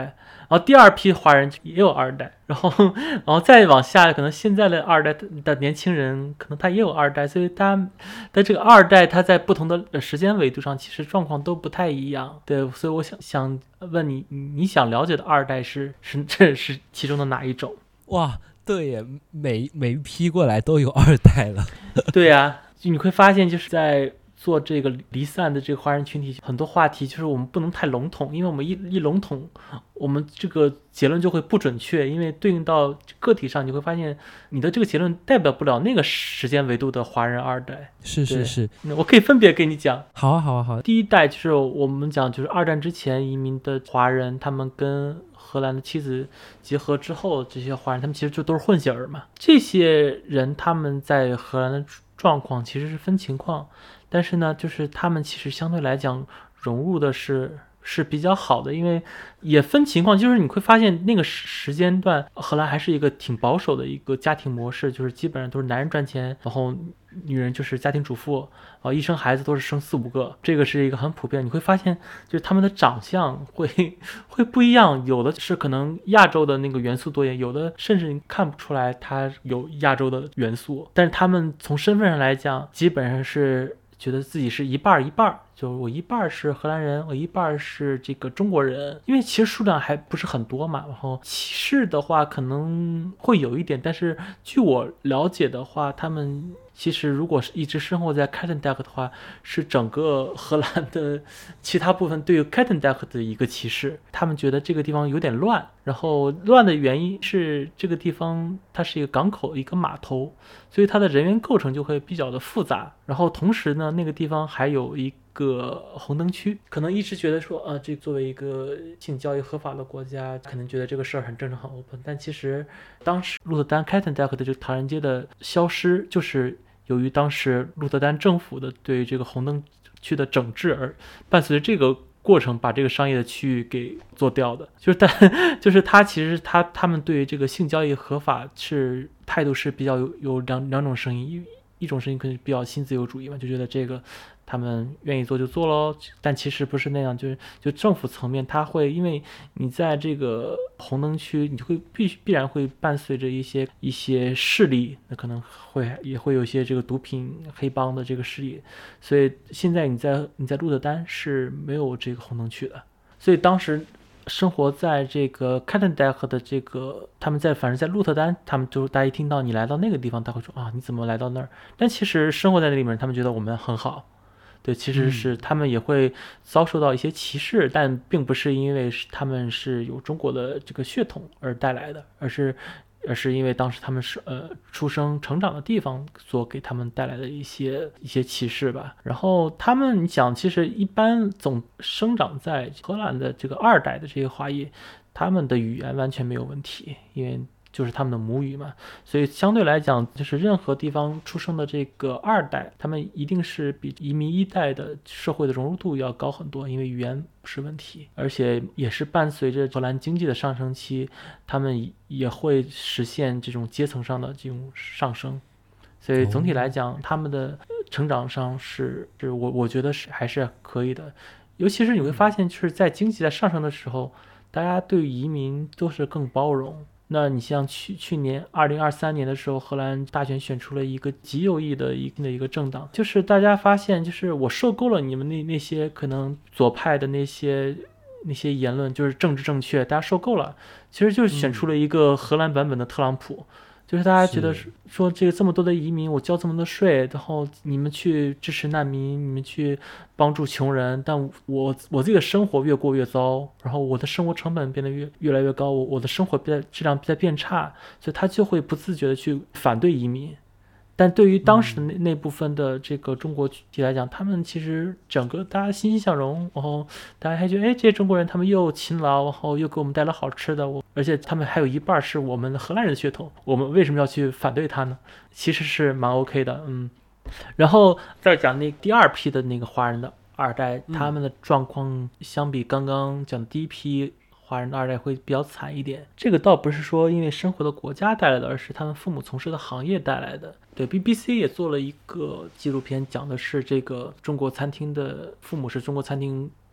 后第二批华人也有二代，然后然后再往下，可能现在的二代的年轻人可能他也有二代，所以他的这个二代他在不同的时间维度上其实状况都不太一样。对，所以我想想问你，你想了解的二代是是这是其中的哪一种？ 哇，对耶，每每一批过来都有二代了。 对呀、啊，你会发现就是在做这个离散的这个华人群体，很多话题就是我们不能太笼统，因为我们一一笼统，我们这个结论就会不准确，因为对应到个体上，你会发现你的这个结论代表不了那个时间维度的华人二代。 是是是， 我可以分别给你讲。 好啊好啊好啊。 第一代就是我们讲，就是二战之前移民的华人，他们跟荷兰的妻子结合之后，这些华人他们其实就都是混血儿嘛。这些人他们在荷兰的状况其实是分情况。但是呢，就是他们其实相对来讲融入的是是比较好的，因为也分情况，就是你会发现那个时间段，荷兰还是一个挺保守的一个家庭模式，就是基本上都是男人赚钱，然后女人就是家庭主妇，啊，一生孩子都是生四五个，这个是一个很普遍。你会发现，就是他们的长相会会不一样，有的是可能亚洲的那个元素多一点，有的甚至你看不出来他有亚洲的元素，但是他们从身份上来讲，基本上是觉得自己是一半一半，就是我一半是荷兰人，我一半是这个中国人，因为其实数量还不是很多嘛。然后歧视的话可能会有一点，但是据我了解的话，他们其实如果是一直生活在 Katendijk 的话，是整个荷兰的其他部分对于 Katendijk 的一个歧视，他们觉得这个地方有点乱，然后乱的原因是这个地方它是一个港口，一个码头，所以它的人员构成就会比较的复杂，然后同时呢，那个地方还有一个红灯区，可能一直觉得说啊，这作为一个性交易合法的国家，可能觉得这个事儿很正常很 open， 但其实当时鹿特丹 Katendijk 的这个唐人街的消失，就是由于当时鹿特丹政府的对这个红灯区的整治，而伴随着这个过程把这个商业的区域给做掉的，就是但就是他其实他他们对于这个性交易合法是态度是比较有有两两种声音，一一种声音可能比较新自由主义嘛，就觉得这个他们愿意做就做咯，但其实不是那样，就是就政府层面他会因为你在这个红灯区，你会必须必然会伴随着一些一些势力，那可能会也会有一些这个毒品黑帮的这个势力，所以现在你在你在鹿特丹是没有这个红灯区的，所以当时生活在这个 Katendijk 的这个他们在反正在鹿特丹，他们就大家一听到你来到那个地方，他会说啊你怎么来到那儿？但其实生活在那里面，他们觉得我们很好。对，其实是他们也会遭受到一些歧视，嗯、但并不是因为他们是有中国的这个血统而带来的，而是而是因为当时他们是呃出生成长的地方所给他们带来的一些一些歧视吧。然后他们讲，其实一般总生长在荷兰的这个二代的这些华裔，他们的语言完全没有问题，因为就是他们的母语嘛，所以相对来讲，就是任何地方出生的这个二代，他们一定是比移民一代的社会的融入度要高很多，因为语言不是问题，而且也是伴随着荷兰经济的上升期，他们也会实现这种阶层上的这种上升，所以总体来讲，他们的成长上是是我我觉得是还是可以的，尤其是你会发现，就是在经济在上升的时候，大家对移民都是更包容。那你像去去年二零二三年的时候，荷兰大选选出了一个极右翼的一的一个政党，就是大家发现，就是我受够了你们那那些可能左派的那些那些言论，就是政治正确，大家受够了，其实就是选出了一个荷兰版本的特朗普。嗯，就是大家觉得说这个这么多的移民，我交这么多税，然后你们去支持难民，你们去帮助穷人，但我我自己的生活越过越糟，然后我的生活成本变得越越来越高，我我的生活变质量在变差，所以他就会不自觉的去反对移民。但对于当时的那那部分的这个中国群体来讲，他们其实整个大家欣欣向荣，然后大家还觉得，哎，这些中国人他们又勤劳，然后又给我们带来好吃的，我而且他们还有一半是我们荷兰人的血统，我们为什么要去反对他呢？其实是蛮 OK 的，嗯。然后再讲那第二批的那个华人的二代，他们的状况相比刚刚讲的第一批华人的二代会比较惨一点，这个倒不是说因为生活的国家带来的，而是他们父母从事的行业带来的。对 B B C 也做了一个纪录片，讲的是这个中国餐厅的父母是中国餐厅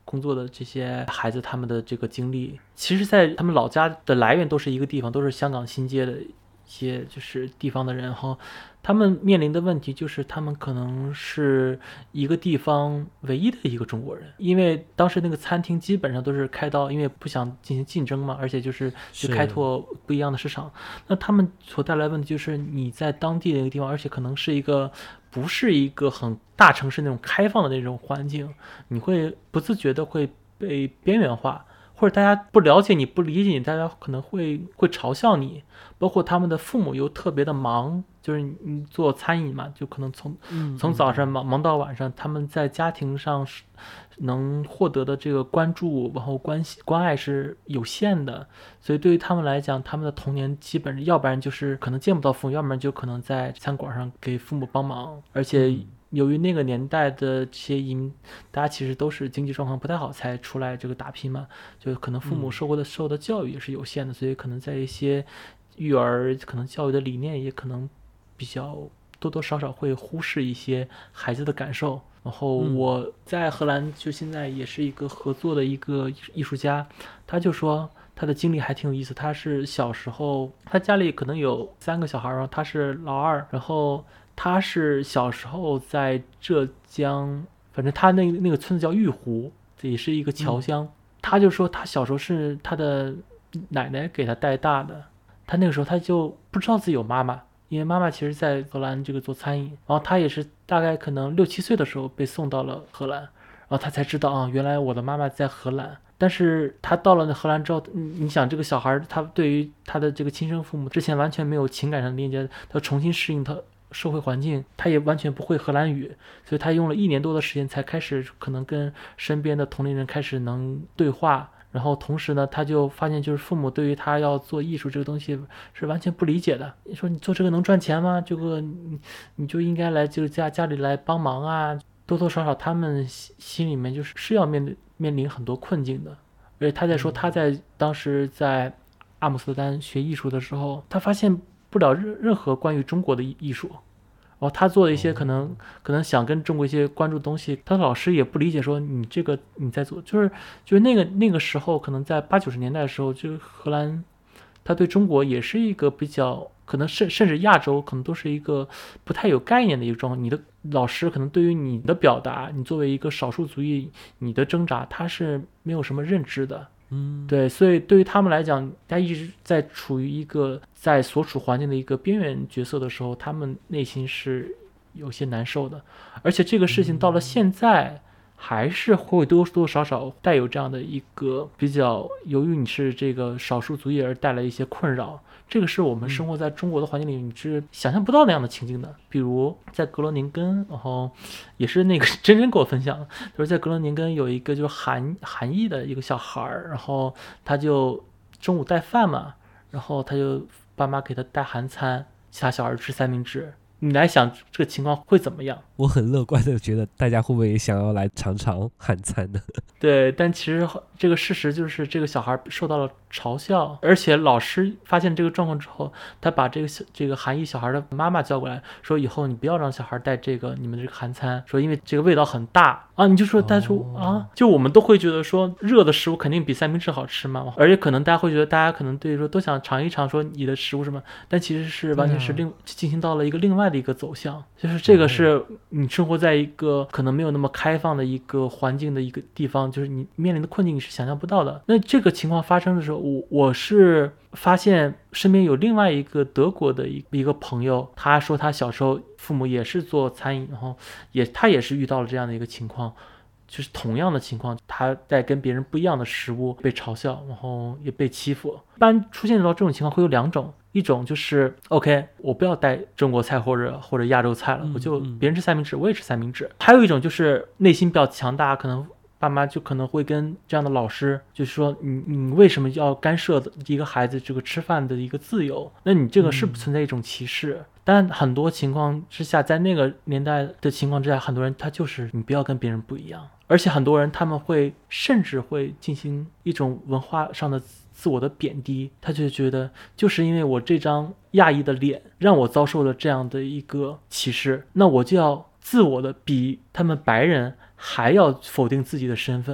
工作的这些孩子他们的这个经历，其实在他们老家的来源都是一个地方，都是香港新界的一些就是地方的人哈，他们面临的问题就是他们可能是一个地方唯一的一个中国人，因为当时那个餐厅基本上都是开到，因为不想进行竞争嘛，而且就是去开拓不一样的市场，那他们所带来的问题就是你在当地的一个地方，而且可能是一个不是一个很大城市那种开放的那种环境，你会不自觉的会被边缘化，或者大家不了解你不理解你，大家可能会会嘲笑你，包括他们的父母又特别的忙，就是你做餐饮嘛，就可能从从早上忙忙到晚上，他们在家庭上能获得的这个关注然后关系关爱是有限的，所以对于他们来讲，他们的童年基本要不然就是可能见不到父母，要不然就可能在餐馆上给父母帮忙，而且由于那个年代的这些移民，大家其实都是经济状况不太好才出来这个打拼嘛，就可能父母受过的受的教育也是有限的，所以可能在一些育儿可能教育的理念也可能比较多多少少会忽视一些孩子的感受。然后我在荷兰就现在也是一个合作的一个艺术家，他就说他的经历还挺有意思，他是小时候他家里可能有三个小孩，然后他是老二，然后他是小时候在浙江，反正他那那个村子叫玉湖，这也是一个侨乡、嗯、他就说他小时候是他的奶奶给他带大的，他那个时候他就不知道自己有妈妈，因为妈妈其实在荷兰这个做餐饮，然后他也是大概可能六七岁的时候被送到了荷兰，然后他才知道啊，原来我的妈妈在荷兰。但是他到了荷兰之后，你想这个小孩他对于他的这个亲生父母之前完全没有情感上的链接，他重新适应他社会环境，他也完全不会荷兰语，所以他用了一年多的时间才开始可能跟身边的同龄人开始能对话，然后同时呢他就发现就是父母对于他要做艺术这个东西是完全不理解的，你说你做这个能赚钱吗？这个你你就应该来这个家家里来帮忙啊，多多少少他们心里面就是是要面对面临很多困境的。而且他在说他在当时在阿姆斯特丹学艺术的时候，他发现不了任任何关于中国的艺术，然后他做的一些可能可能想跟中国一些关注的东西，他的老师也不理解，说你这个你在做，就是就是那个那个时候可能在八九十年代的时候，就荷兰他对中国也是一个比较可能甚甚至亚洲可能都是一个不太有概念的一个状况，你的老师可能对于你的表达，你作为一个少数族裔你的挣扎他是没有什么认知的。嗯，对，所以对于他们来讲，他一直在处于一个在所处环境的一个边缘角色的时候，他们内心是有些难受的，而且这个事情到了现在还是会多多少少带有这样的一个比较，由于你是这个少数族裔而带来一些困扰，这个是我们生活在中国的环境里你是想象不到那样的情境的。比如在格罗宁根，然后也是那个真真给我分享，就是在格罗宁根有一个就是韩韩裔的一个小孩，然后他就中午带饭嘛，然后他就爸妈给他带韩餐，其他小孩吃三明治。你来想这个情况会怎么样？ 我很乐观的觉得大家会不会也想要来尝尝韩餐呢？ 对，但其实这个事实就是这个小孩受到了嘲笑，而且老师发现这个状况之后，他把这个这个韩裔小孩的妈妈叫过来，说以后你不要让小孩带这个你们的这个韩餐，说因为这个味道很大啊。你就说大家说、哦、啊，就我们都会觉得说热的食物肯定比三明治好吃嘛，而且可能大家会觉得大家可能对说都想尝一尝说你的食物什么，但其实是完全是另、啊、进行到了一个另外的一个走向，就是这个是你生活在一个可能没有那么开放的一个环境的一个地方，就是你面临的困境你是想象不到的。那这个情况发生的时候，我我是发现身边有另外一个德国的一一个朋友，他说他小时候父母也是做餐饮，然后也他也是遇到了这样的一个情况，就是同样的情况，他在跟别人不一样的食物被嘲笑，然后也被欺负。一般出现到这种情况会有两种，一种就是 OK 我不要带中国菜或者或者亚洲菜了、嗯、我就别人吃三明治我也吃三明治。还有一种就是内心比较强大，可能爸妈就可能会跟这样的老师就是说你你为什么要干涉一个孩子这个吃饭的一个自由，那你这个是不存在一种歧视、嗯、但很多情况之下，在那个年代的情况之下，很多人他就是你不要跟别人不一样，而且很多人他们会甚至会进行一种文化上的自我的贬低，他就觉得就是因为我这张亚裔的脸让我遭受了这样的一个歧视，那我就要自我的比他们白人还要否定自己的身份，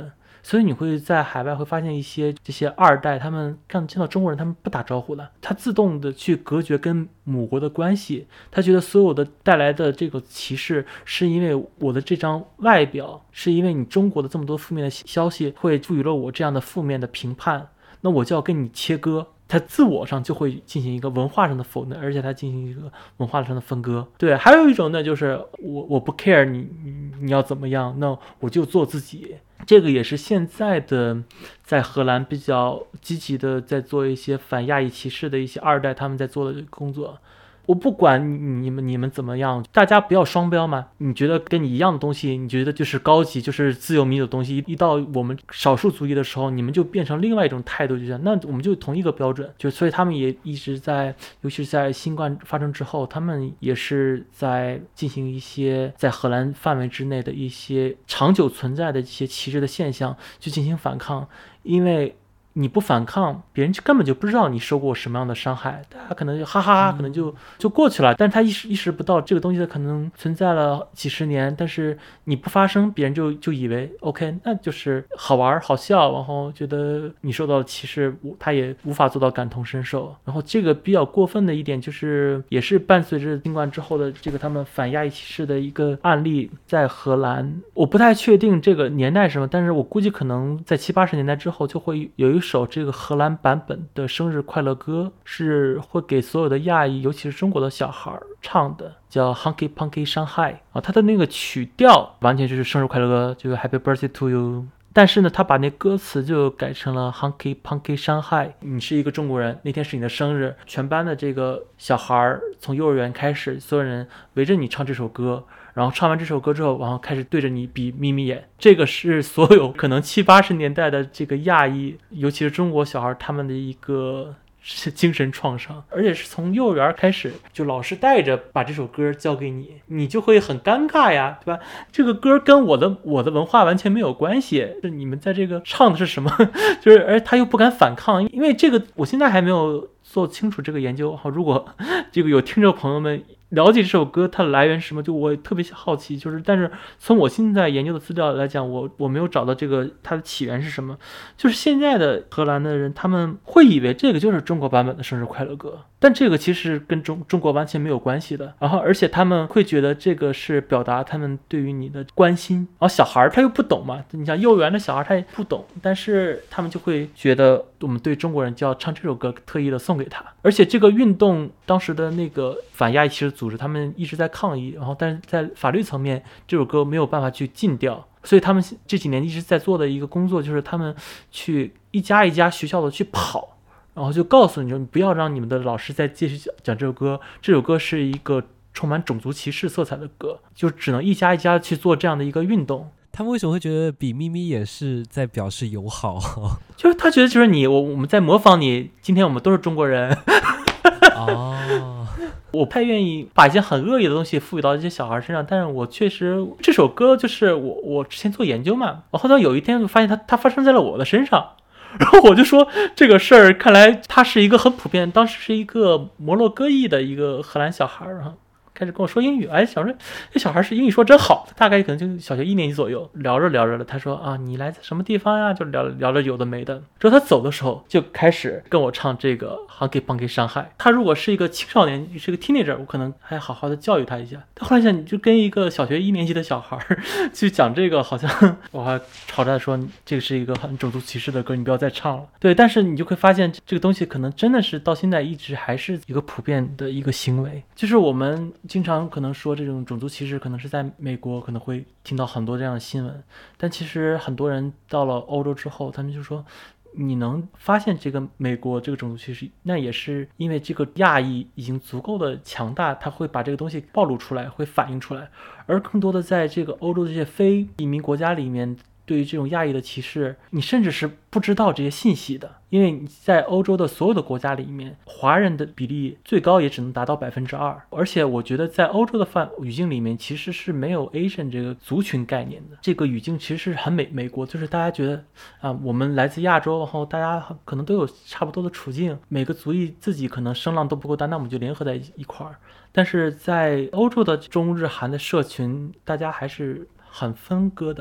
所以你会在海外会发现一些这些二代，他们看见到中国人，他们不打招呼的，他自动的去隔绝跟母国的关系，他觉得所有的带来的这个歧视是因为我的这张外表，是因为你中国的这么多负面的消息会赋予了我这样的负面的评判，那我就要跟你切割。他自我上就会进行一个文化上的否定，而且他进行一个文化上的分割。对，还有一种呢，就是我我不 care 你你你要怎么样，那我就做自己。这个也是现在的在荷兰比较积极的在做一些反亚裔歧视的一些二代他们在做的工作。我不管你们你们怎么样，大家不要双标嘛。你觉得跟你一样的东西，你觉得就是高级，就是自由民主的东西，一到我们少数族裔的时候，你们就变成另外一种态度，就像那我们就同一个标准，就所以他们也一直在，尤其是在新冠发生之后，他们也是在进行一些在荷兰范围之内的一些长久存在的一些歧视的现象去进行反抗，因为你不反抗，别人就根本就不知道你受过什么样的伤害，他可能就哈哈哈，可能就就过去了。但是他意识意识不到这个东西可能存在了几十年，但是你不发声，别人就就以为 OK， 那就是好玩好笑，然后觉得你受到了歧视，他也无法做到感同身受。然后这个比较过分的一点就是，也是伴随着新冠之后的这个他们反亚裔歧视的一个案例，在荷兰，我不太确定这个年代是什么，但是我估计可能在七八十年代之后就会有一首这个荷兰版本的生日快乐歌，是会给所有的亚裔尤其是中国的小孩唱的，叫 Hunky Punky Shanghai 啊，它的那个曲调完全就是生日快乐歌，就是 Happy Birthday to You， 但是呢他把那歌词就改成了 Hunky Punky Shanghai， 你是一个中国人，那天是你的生日，全班的这个小孩从幼儿园开始，所有人围着你唱这首歌，然后唱完这首歌之后，然后开始对着你比眯眯眼。这个是所有可能七八十年代的这个亚裔，尤其是中国小孩他们的一个精神创伤，而且是从幼儿园开始，就老师带着把这首歌交给你，你就会很尴尬呀，对吧？这个歌跟我的我的文化完全没有关系，就你们在这个唱的是什么？就是而他又不敢反抗，因为这个我现在还没有做清楚这个研究。好，如果这个有听众朋友们了解这首歌它的来源是什么，就我特别好奇，就是但是从我现在研究的资料来讲，我我没有找到这个它的起源是什么。就是现在的荷兰的人他们会以为这个就是中国版本的生日快乐歌，但这个其实跟中中国完全没有关系的。然后而且他们会觉得这个是表达他们对于你的关心，然后小孩他又不懂嘛，你像幼儿园的小孩他也不懂，但是他们就会觉得我们对中国人就要唱这首歌，特意的送给他。而且这个运动当时的那个反亚裔歧视组织他们一直在抗议，然后但是在法律层面这首歌没有办法去禁掉，所以他们这几年一直在做的一个工作就是他们去一家一家学校的去跑，然后就告诉你说你不要让你们的老师再继续讲讲这首歌，这首歌是一个充满种族歧视色彩的歌，就只能一家一家去做这样的一个运动。 他们为什么会觉得比眯眯眼是在表示友好？ 就是他觉得就是你我我们在模仿你，今天我们都是中国人。 哦， 我不太愿意把一些很恶意的东西赋予到这些小孩身上，但是我确实这首歌就是我我之前做研究嘛，我后来有一天就发现它它发生在了我的身上，然后我就说这个事儿看来它是一个很普遍，当时是一个摩洛哥裔的一个荷兰小孩，然后开始跟我说英语，哎，想说这小孩是英语说真好，大概可能就小学一年级左右，聊着聊着了，他说啊，你来自什么地方呀？就聊聊着有的没的。之后他走的时候就开始跟我唱这个 Hunky Punky Shanghai。他如果是一个青少年，是个 teenager， 我可能还好好的教育他一下。但后来想，你就跟一个小学一年级的小孩去讲这个，好像我还吵着说这个是一个很种族歧视的歌，你不要再唱了。对，但是你就会发现这个东西可能真的是到现在一直还是一个普遍的一个行为，就是我们经常可能说这种种族歧视可能是在美国可能会听到很多这样的新闻，但其实很多人到了欧洲之后，他们就说你能发现这个美国这个种族歧视，那也是因为这个亚裔已经足够的强大，他会把这个东西暴露出来，会反映出来。而更多的在这个欧洲这些非移民国家里面，对于这种亚裔的歧视，你甚至是不知道这些信息的，因为你在欧洲的所有的国家里面，华人的比例最高也只能达到百分之二，而且我觉得在欧洲的范语境里面，其实是没有 Asian 这个族群概念的。这个语境其实是很美美国，就是大家觉得啊，我们来自亚洲，然后大家可能都有差不多的处境，每个族裔自己可能声浪都不够大，那我们就联合在一块儿。但是在欧洲的中日韩的社群，大家还是很分割的。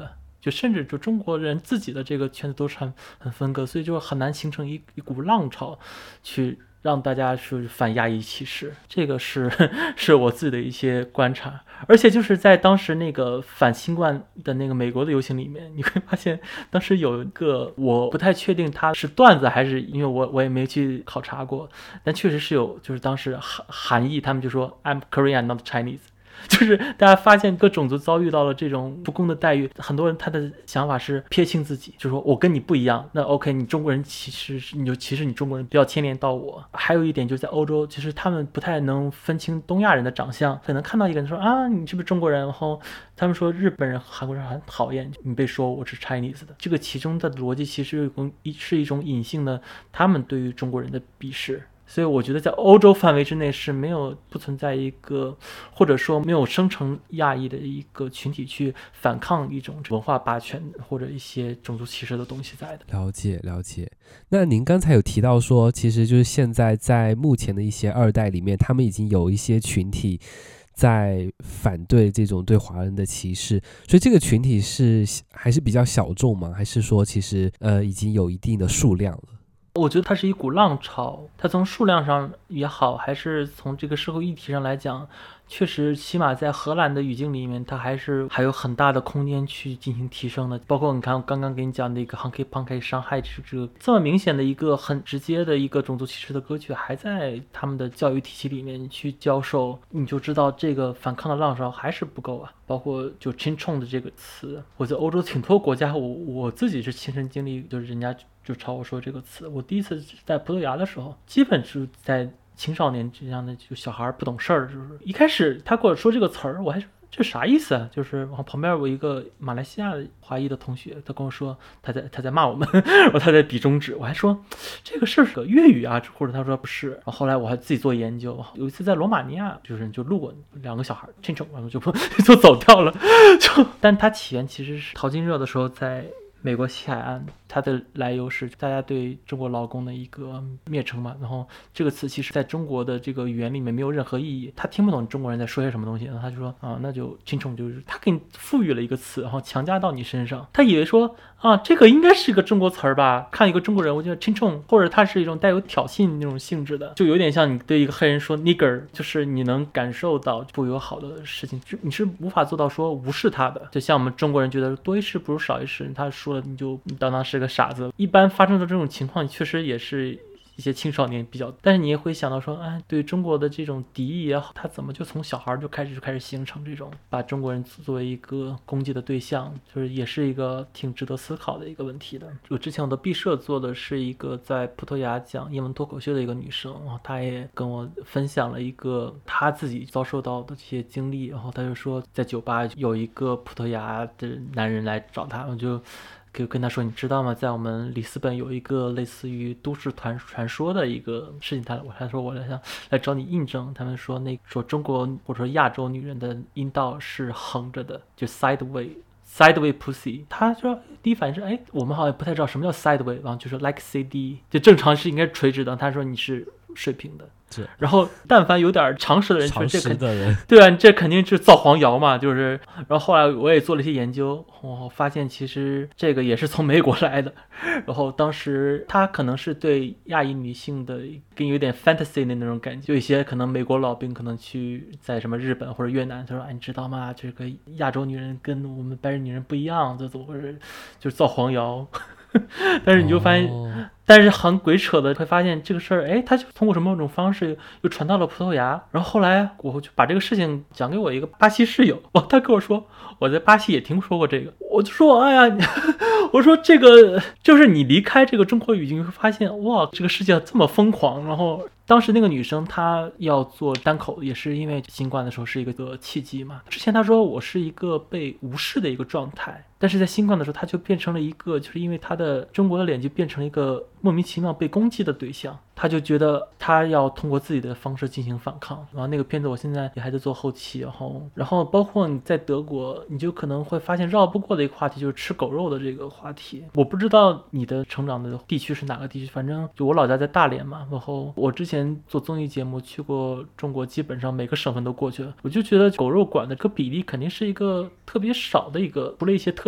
就甚至就中国人自己的这个圈子都是很很分割，所以就很难形成一一股浪潮去让大家去反亚裔歧视，这个是是我自己的一些观察。而且就是在当时那个反新冠的那个美国的游行里面，你会发现当时有一个我不太确定它是段子还是，因为我我也没去考察过，但确实是有，就是当时韩韩裔他们就说 I'm Korean not Chinese。就是大家发现各种族遭遇到了这种不公的待遇，很多人他的想法是撇清自己，就是说我跟你不一样，那 OK 你中国人歧视你就歧视你中国人，不要牵连到我。还有一点就是在欧洲，其实他们不太能分清东亚人的长相，可能看到一个人说啊你是不是中国人，然后他们说日本人韩国人很讨厌你被说我是 Chinese 的，这个其中的逻辑其实是一种隐性的他们对于中国人的鄙视。所以我觉得在欧洲范围之内是没有不存在一个，或者说没有生成亚裔的一个群体去反抗一种文化霸权或者一些种族歧视的东西在的。 了解了解。那您刚才有提到说，其实就是现在在目前的一些二代里面，他们已经有一些群体在反对这种对华人的歧视，所以这个群体是还是比较小众吗？还是说其实呃已经有一定的数量了？ 我觉得它是一股浪潮，它从数量上也好，还是从这个社会议题上来讲，确实起码在荷兰的语境里面，它还是还有很大的空间去进行提升的。包括你看我刚刚给你讲的一个 Hanky Panky 伤害，这个这么明显的一个很直接的一个种族歧视的歌曲，还在他们的教育体系里面去教授，你就知道这个反抗的浪潮还是不够啊。包括就 Chinchon 的这个词，我在欧洲挺多国家，我我自己是亲身经历，就是人家就朝我说这个词。我第一次在葡萄牙的时候，基本是在青少年这样的就小孩不懂事儿，就是一开始他跟我说这个词儿，我还说这啥意思啊？就是旁边有一个马来西亚华裔的同学，他跟我说他在他在骂我们，然后他在比中指，我还说这个是个粤语啊，或者他说不是。然后后来我还自己做研究，有一次在罗马尼亚，就是就路过两个小孩亲手，然后就就走掉了。就但它起源其实是淘金热的时候在美国西海岸，它的来由是大家对中国劳工的一个蔑称嘛，然后这个词其实在中国的这个语言里面没有任何意义，他听不懂中国人在说些什么东西，然后他就说啊，那就亲冲，就是他给你赋予了一个词，然后强加到你身上，他以为说啊，这个应该是一个中国词儿吧，看一个中国人我就亲冲，或者他是一种带有挑衅那种性质的，就有点像你对一个黑人说 nigger， 就是你能感受到不友好的事情，你是无法做到说无视他的，就像我们中国人觉得多一事不如少一事，他说了你就当他是个傻子。一般发生的这种情况确实也是一些青少年比较，但是你也会想到说，哎，对中国的这种敌意也好，他怎么就从小孩就开始就开始形成这种把中国人作为一个攻击的对象，就是也是一个挺值得思考的一个问题的。我之前我的毕设做的是一个在葡萄牙讲英文脱口秀的一个女生，然后她也跟我分享了一个她自己遭受到的这些经历，然后她就说在酒吧有一个葡萄牙的男人来找她，我就就跟他说，你知道吗？在我们里斯本有一个类似于都市传传说的一个事情，他我他说我来想来找你印证。他们说那说中国或者说亚洲女人的阴道是横着的，就 sideway sideway pussy。他说第一反应是哎，我们好像不太知道什么叫 sideway， 然后就说 like C D， 就正常是应该垂直的。他说你是水平的。然后但凡有点常识的人， 常识的人， 对啊，这肯定是造黄谣嘛，就是。然后后来我也做了一些研究，我发现其实这个也是从美国来的。然后当时他可能是对亚裔女性的跟有点 fantasy 的那种感觉，就一些可能美国老兵可能去在什么日本或者越南，他说哎，你知道吗？这个亚洲女人跟我们白人女人不一样，这怎么回事？就是造黄谣。但是你就发现、哦、但是很鬼扯的会发现这个事儿，哎，他就通过什么种方式又传到了葡萄牙。然后后来我就把这个事情讲给我一个巴西室友，哇，他跟我说我在巴西也听说过这个。我就说哎呀，我说这个就是你离开这个中国语境会发现，哇，这个世界这么疯狂。然后当时那个女生她要做单口，也是因为新冠的时候是一个契机嘛。之前她说我是一个被无视的一个状态，但是在新冠的时候她就变成了一个，就是因为她的中国的脸就变成了一个莫名其妙被攻击的对象，她就觉得她要通过自己的方式进行反抗。然后那个片子我现在也还在做后期，然后然后包括你在德国，你就可能会发现绕不过的一个话题就是吃狗肉的这个话题。我不知道你的成长的地区是哪个地区，反正就我老家在大连嘛，然后我之前做综艺节目去过中国，基本上每个省份都过去了，我就觉得狗肉馆的这个比例肯定是一个特别少的一个，除了一些特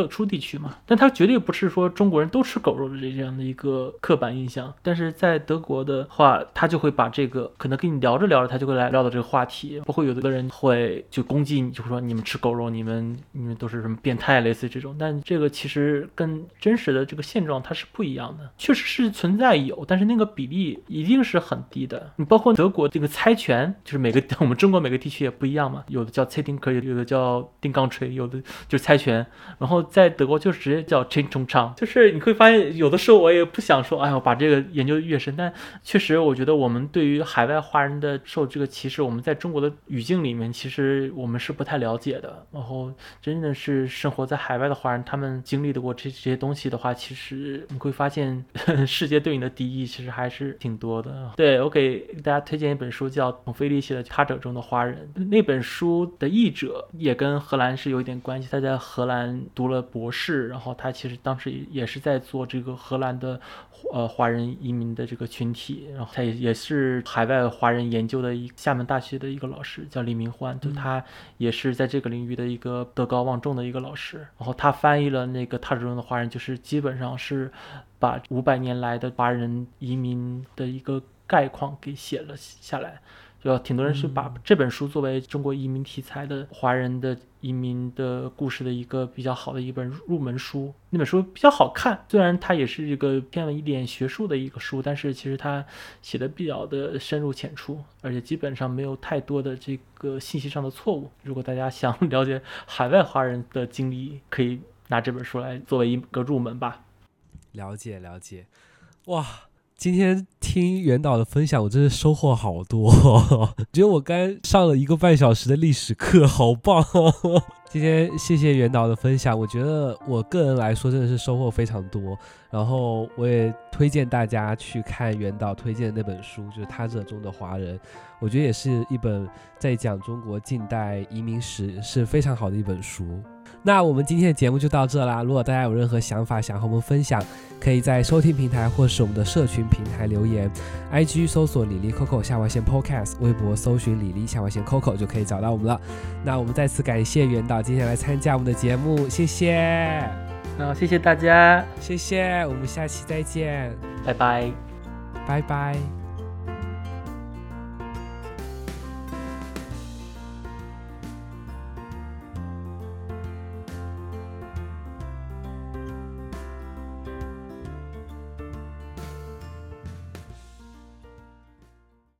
特殊地区嘛，但它绝对不是说中国人都吃狗肉的这样的一个刻板印象。但是在德国的话，他就会把这个可能跟你聊着聊着，他就会来聊到这个话题，包括有的人会就攻击你，就说你们吃狗肉，你们你们都是什么变态，类似于这种。但这个其实跟真实的这个现状它是不一样的，确实是存在有，但是那个比例一定是很低的。你包括德国这个猜拳，就是每个我们中国每个地区也不一样嘛，有的叫猜丁克，有的叫定杠锤，有的就是猜拳，然后在德国就直接叫 Ching Chong Chang。就是你会发现，有的时候我也不想说，哎呀，我把这个研究越深，但确实我觉得我们对于海外华人的受这个歧视，我们在中国的语境里面，其实我们是不太了解的。然后真的是生活在海外的华人，他们经历的过这这些东西的话，其实你会发现呵呵世界对你的敌意其实还是挺多的。对，我给大家推荐一本书叫董菲利写的《他者中的华人》，那本书的译者也跟荷兰是有一点关系，他在荷兰读了博士，然后他其实当时也是在做这个荷兰的呃华人移民的这个群体，然后他也也是海外华人研究的一厦门大学的一个老师，叫李明欢，就他也是在这个领域的一个德高望重的一个老师。然后他翻译了那个《他者中的华人》，就是基本上是把五百年来的华人移民的一个概况给写了下来。就挺多人是把这本书作为中国移民题材的华人的移民的故事的一个比较好的一本入门书。那本书比较好看，虽然它也是一个偏了一点学术的一个书，但是其实它写的比较的深入浅出，而且基本上没有太多的这个信息上的错误。如果大家想了解海外华人的经历，可以拿这本书来作为一个入门吧。 了解了解，哇！今天听袁导的分享，我真是收获好多哦，觉得我刚上了一个半小时的历史课，好棒哦！今天谢谢袁导的分享，我觉得我个人来说真的是收获非常多。然后我也推荐大家去看袁导推荐的那本书，就是《他者中的华人》，我觉得也是一本在讲中国近代移民史是非常好的一本书。那我们今天的节目就到这啦，如果大家有任何想法想和我们分享，可以在收听平台或是我们的社群平台留言， I G 搜索李黎 Coco 下划线 Podcast， 微博搜寻李黎下划线 Coco 就可以找到我们了。那我们再次感谢袁导今天来参加我们的节目，谢谢。 好，谢谢大家， 谢谢，我们下期再见， 拜拜， 拜拜。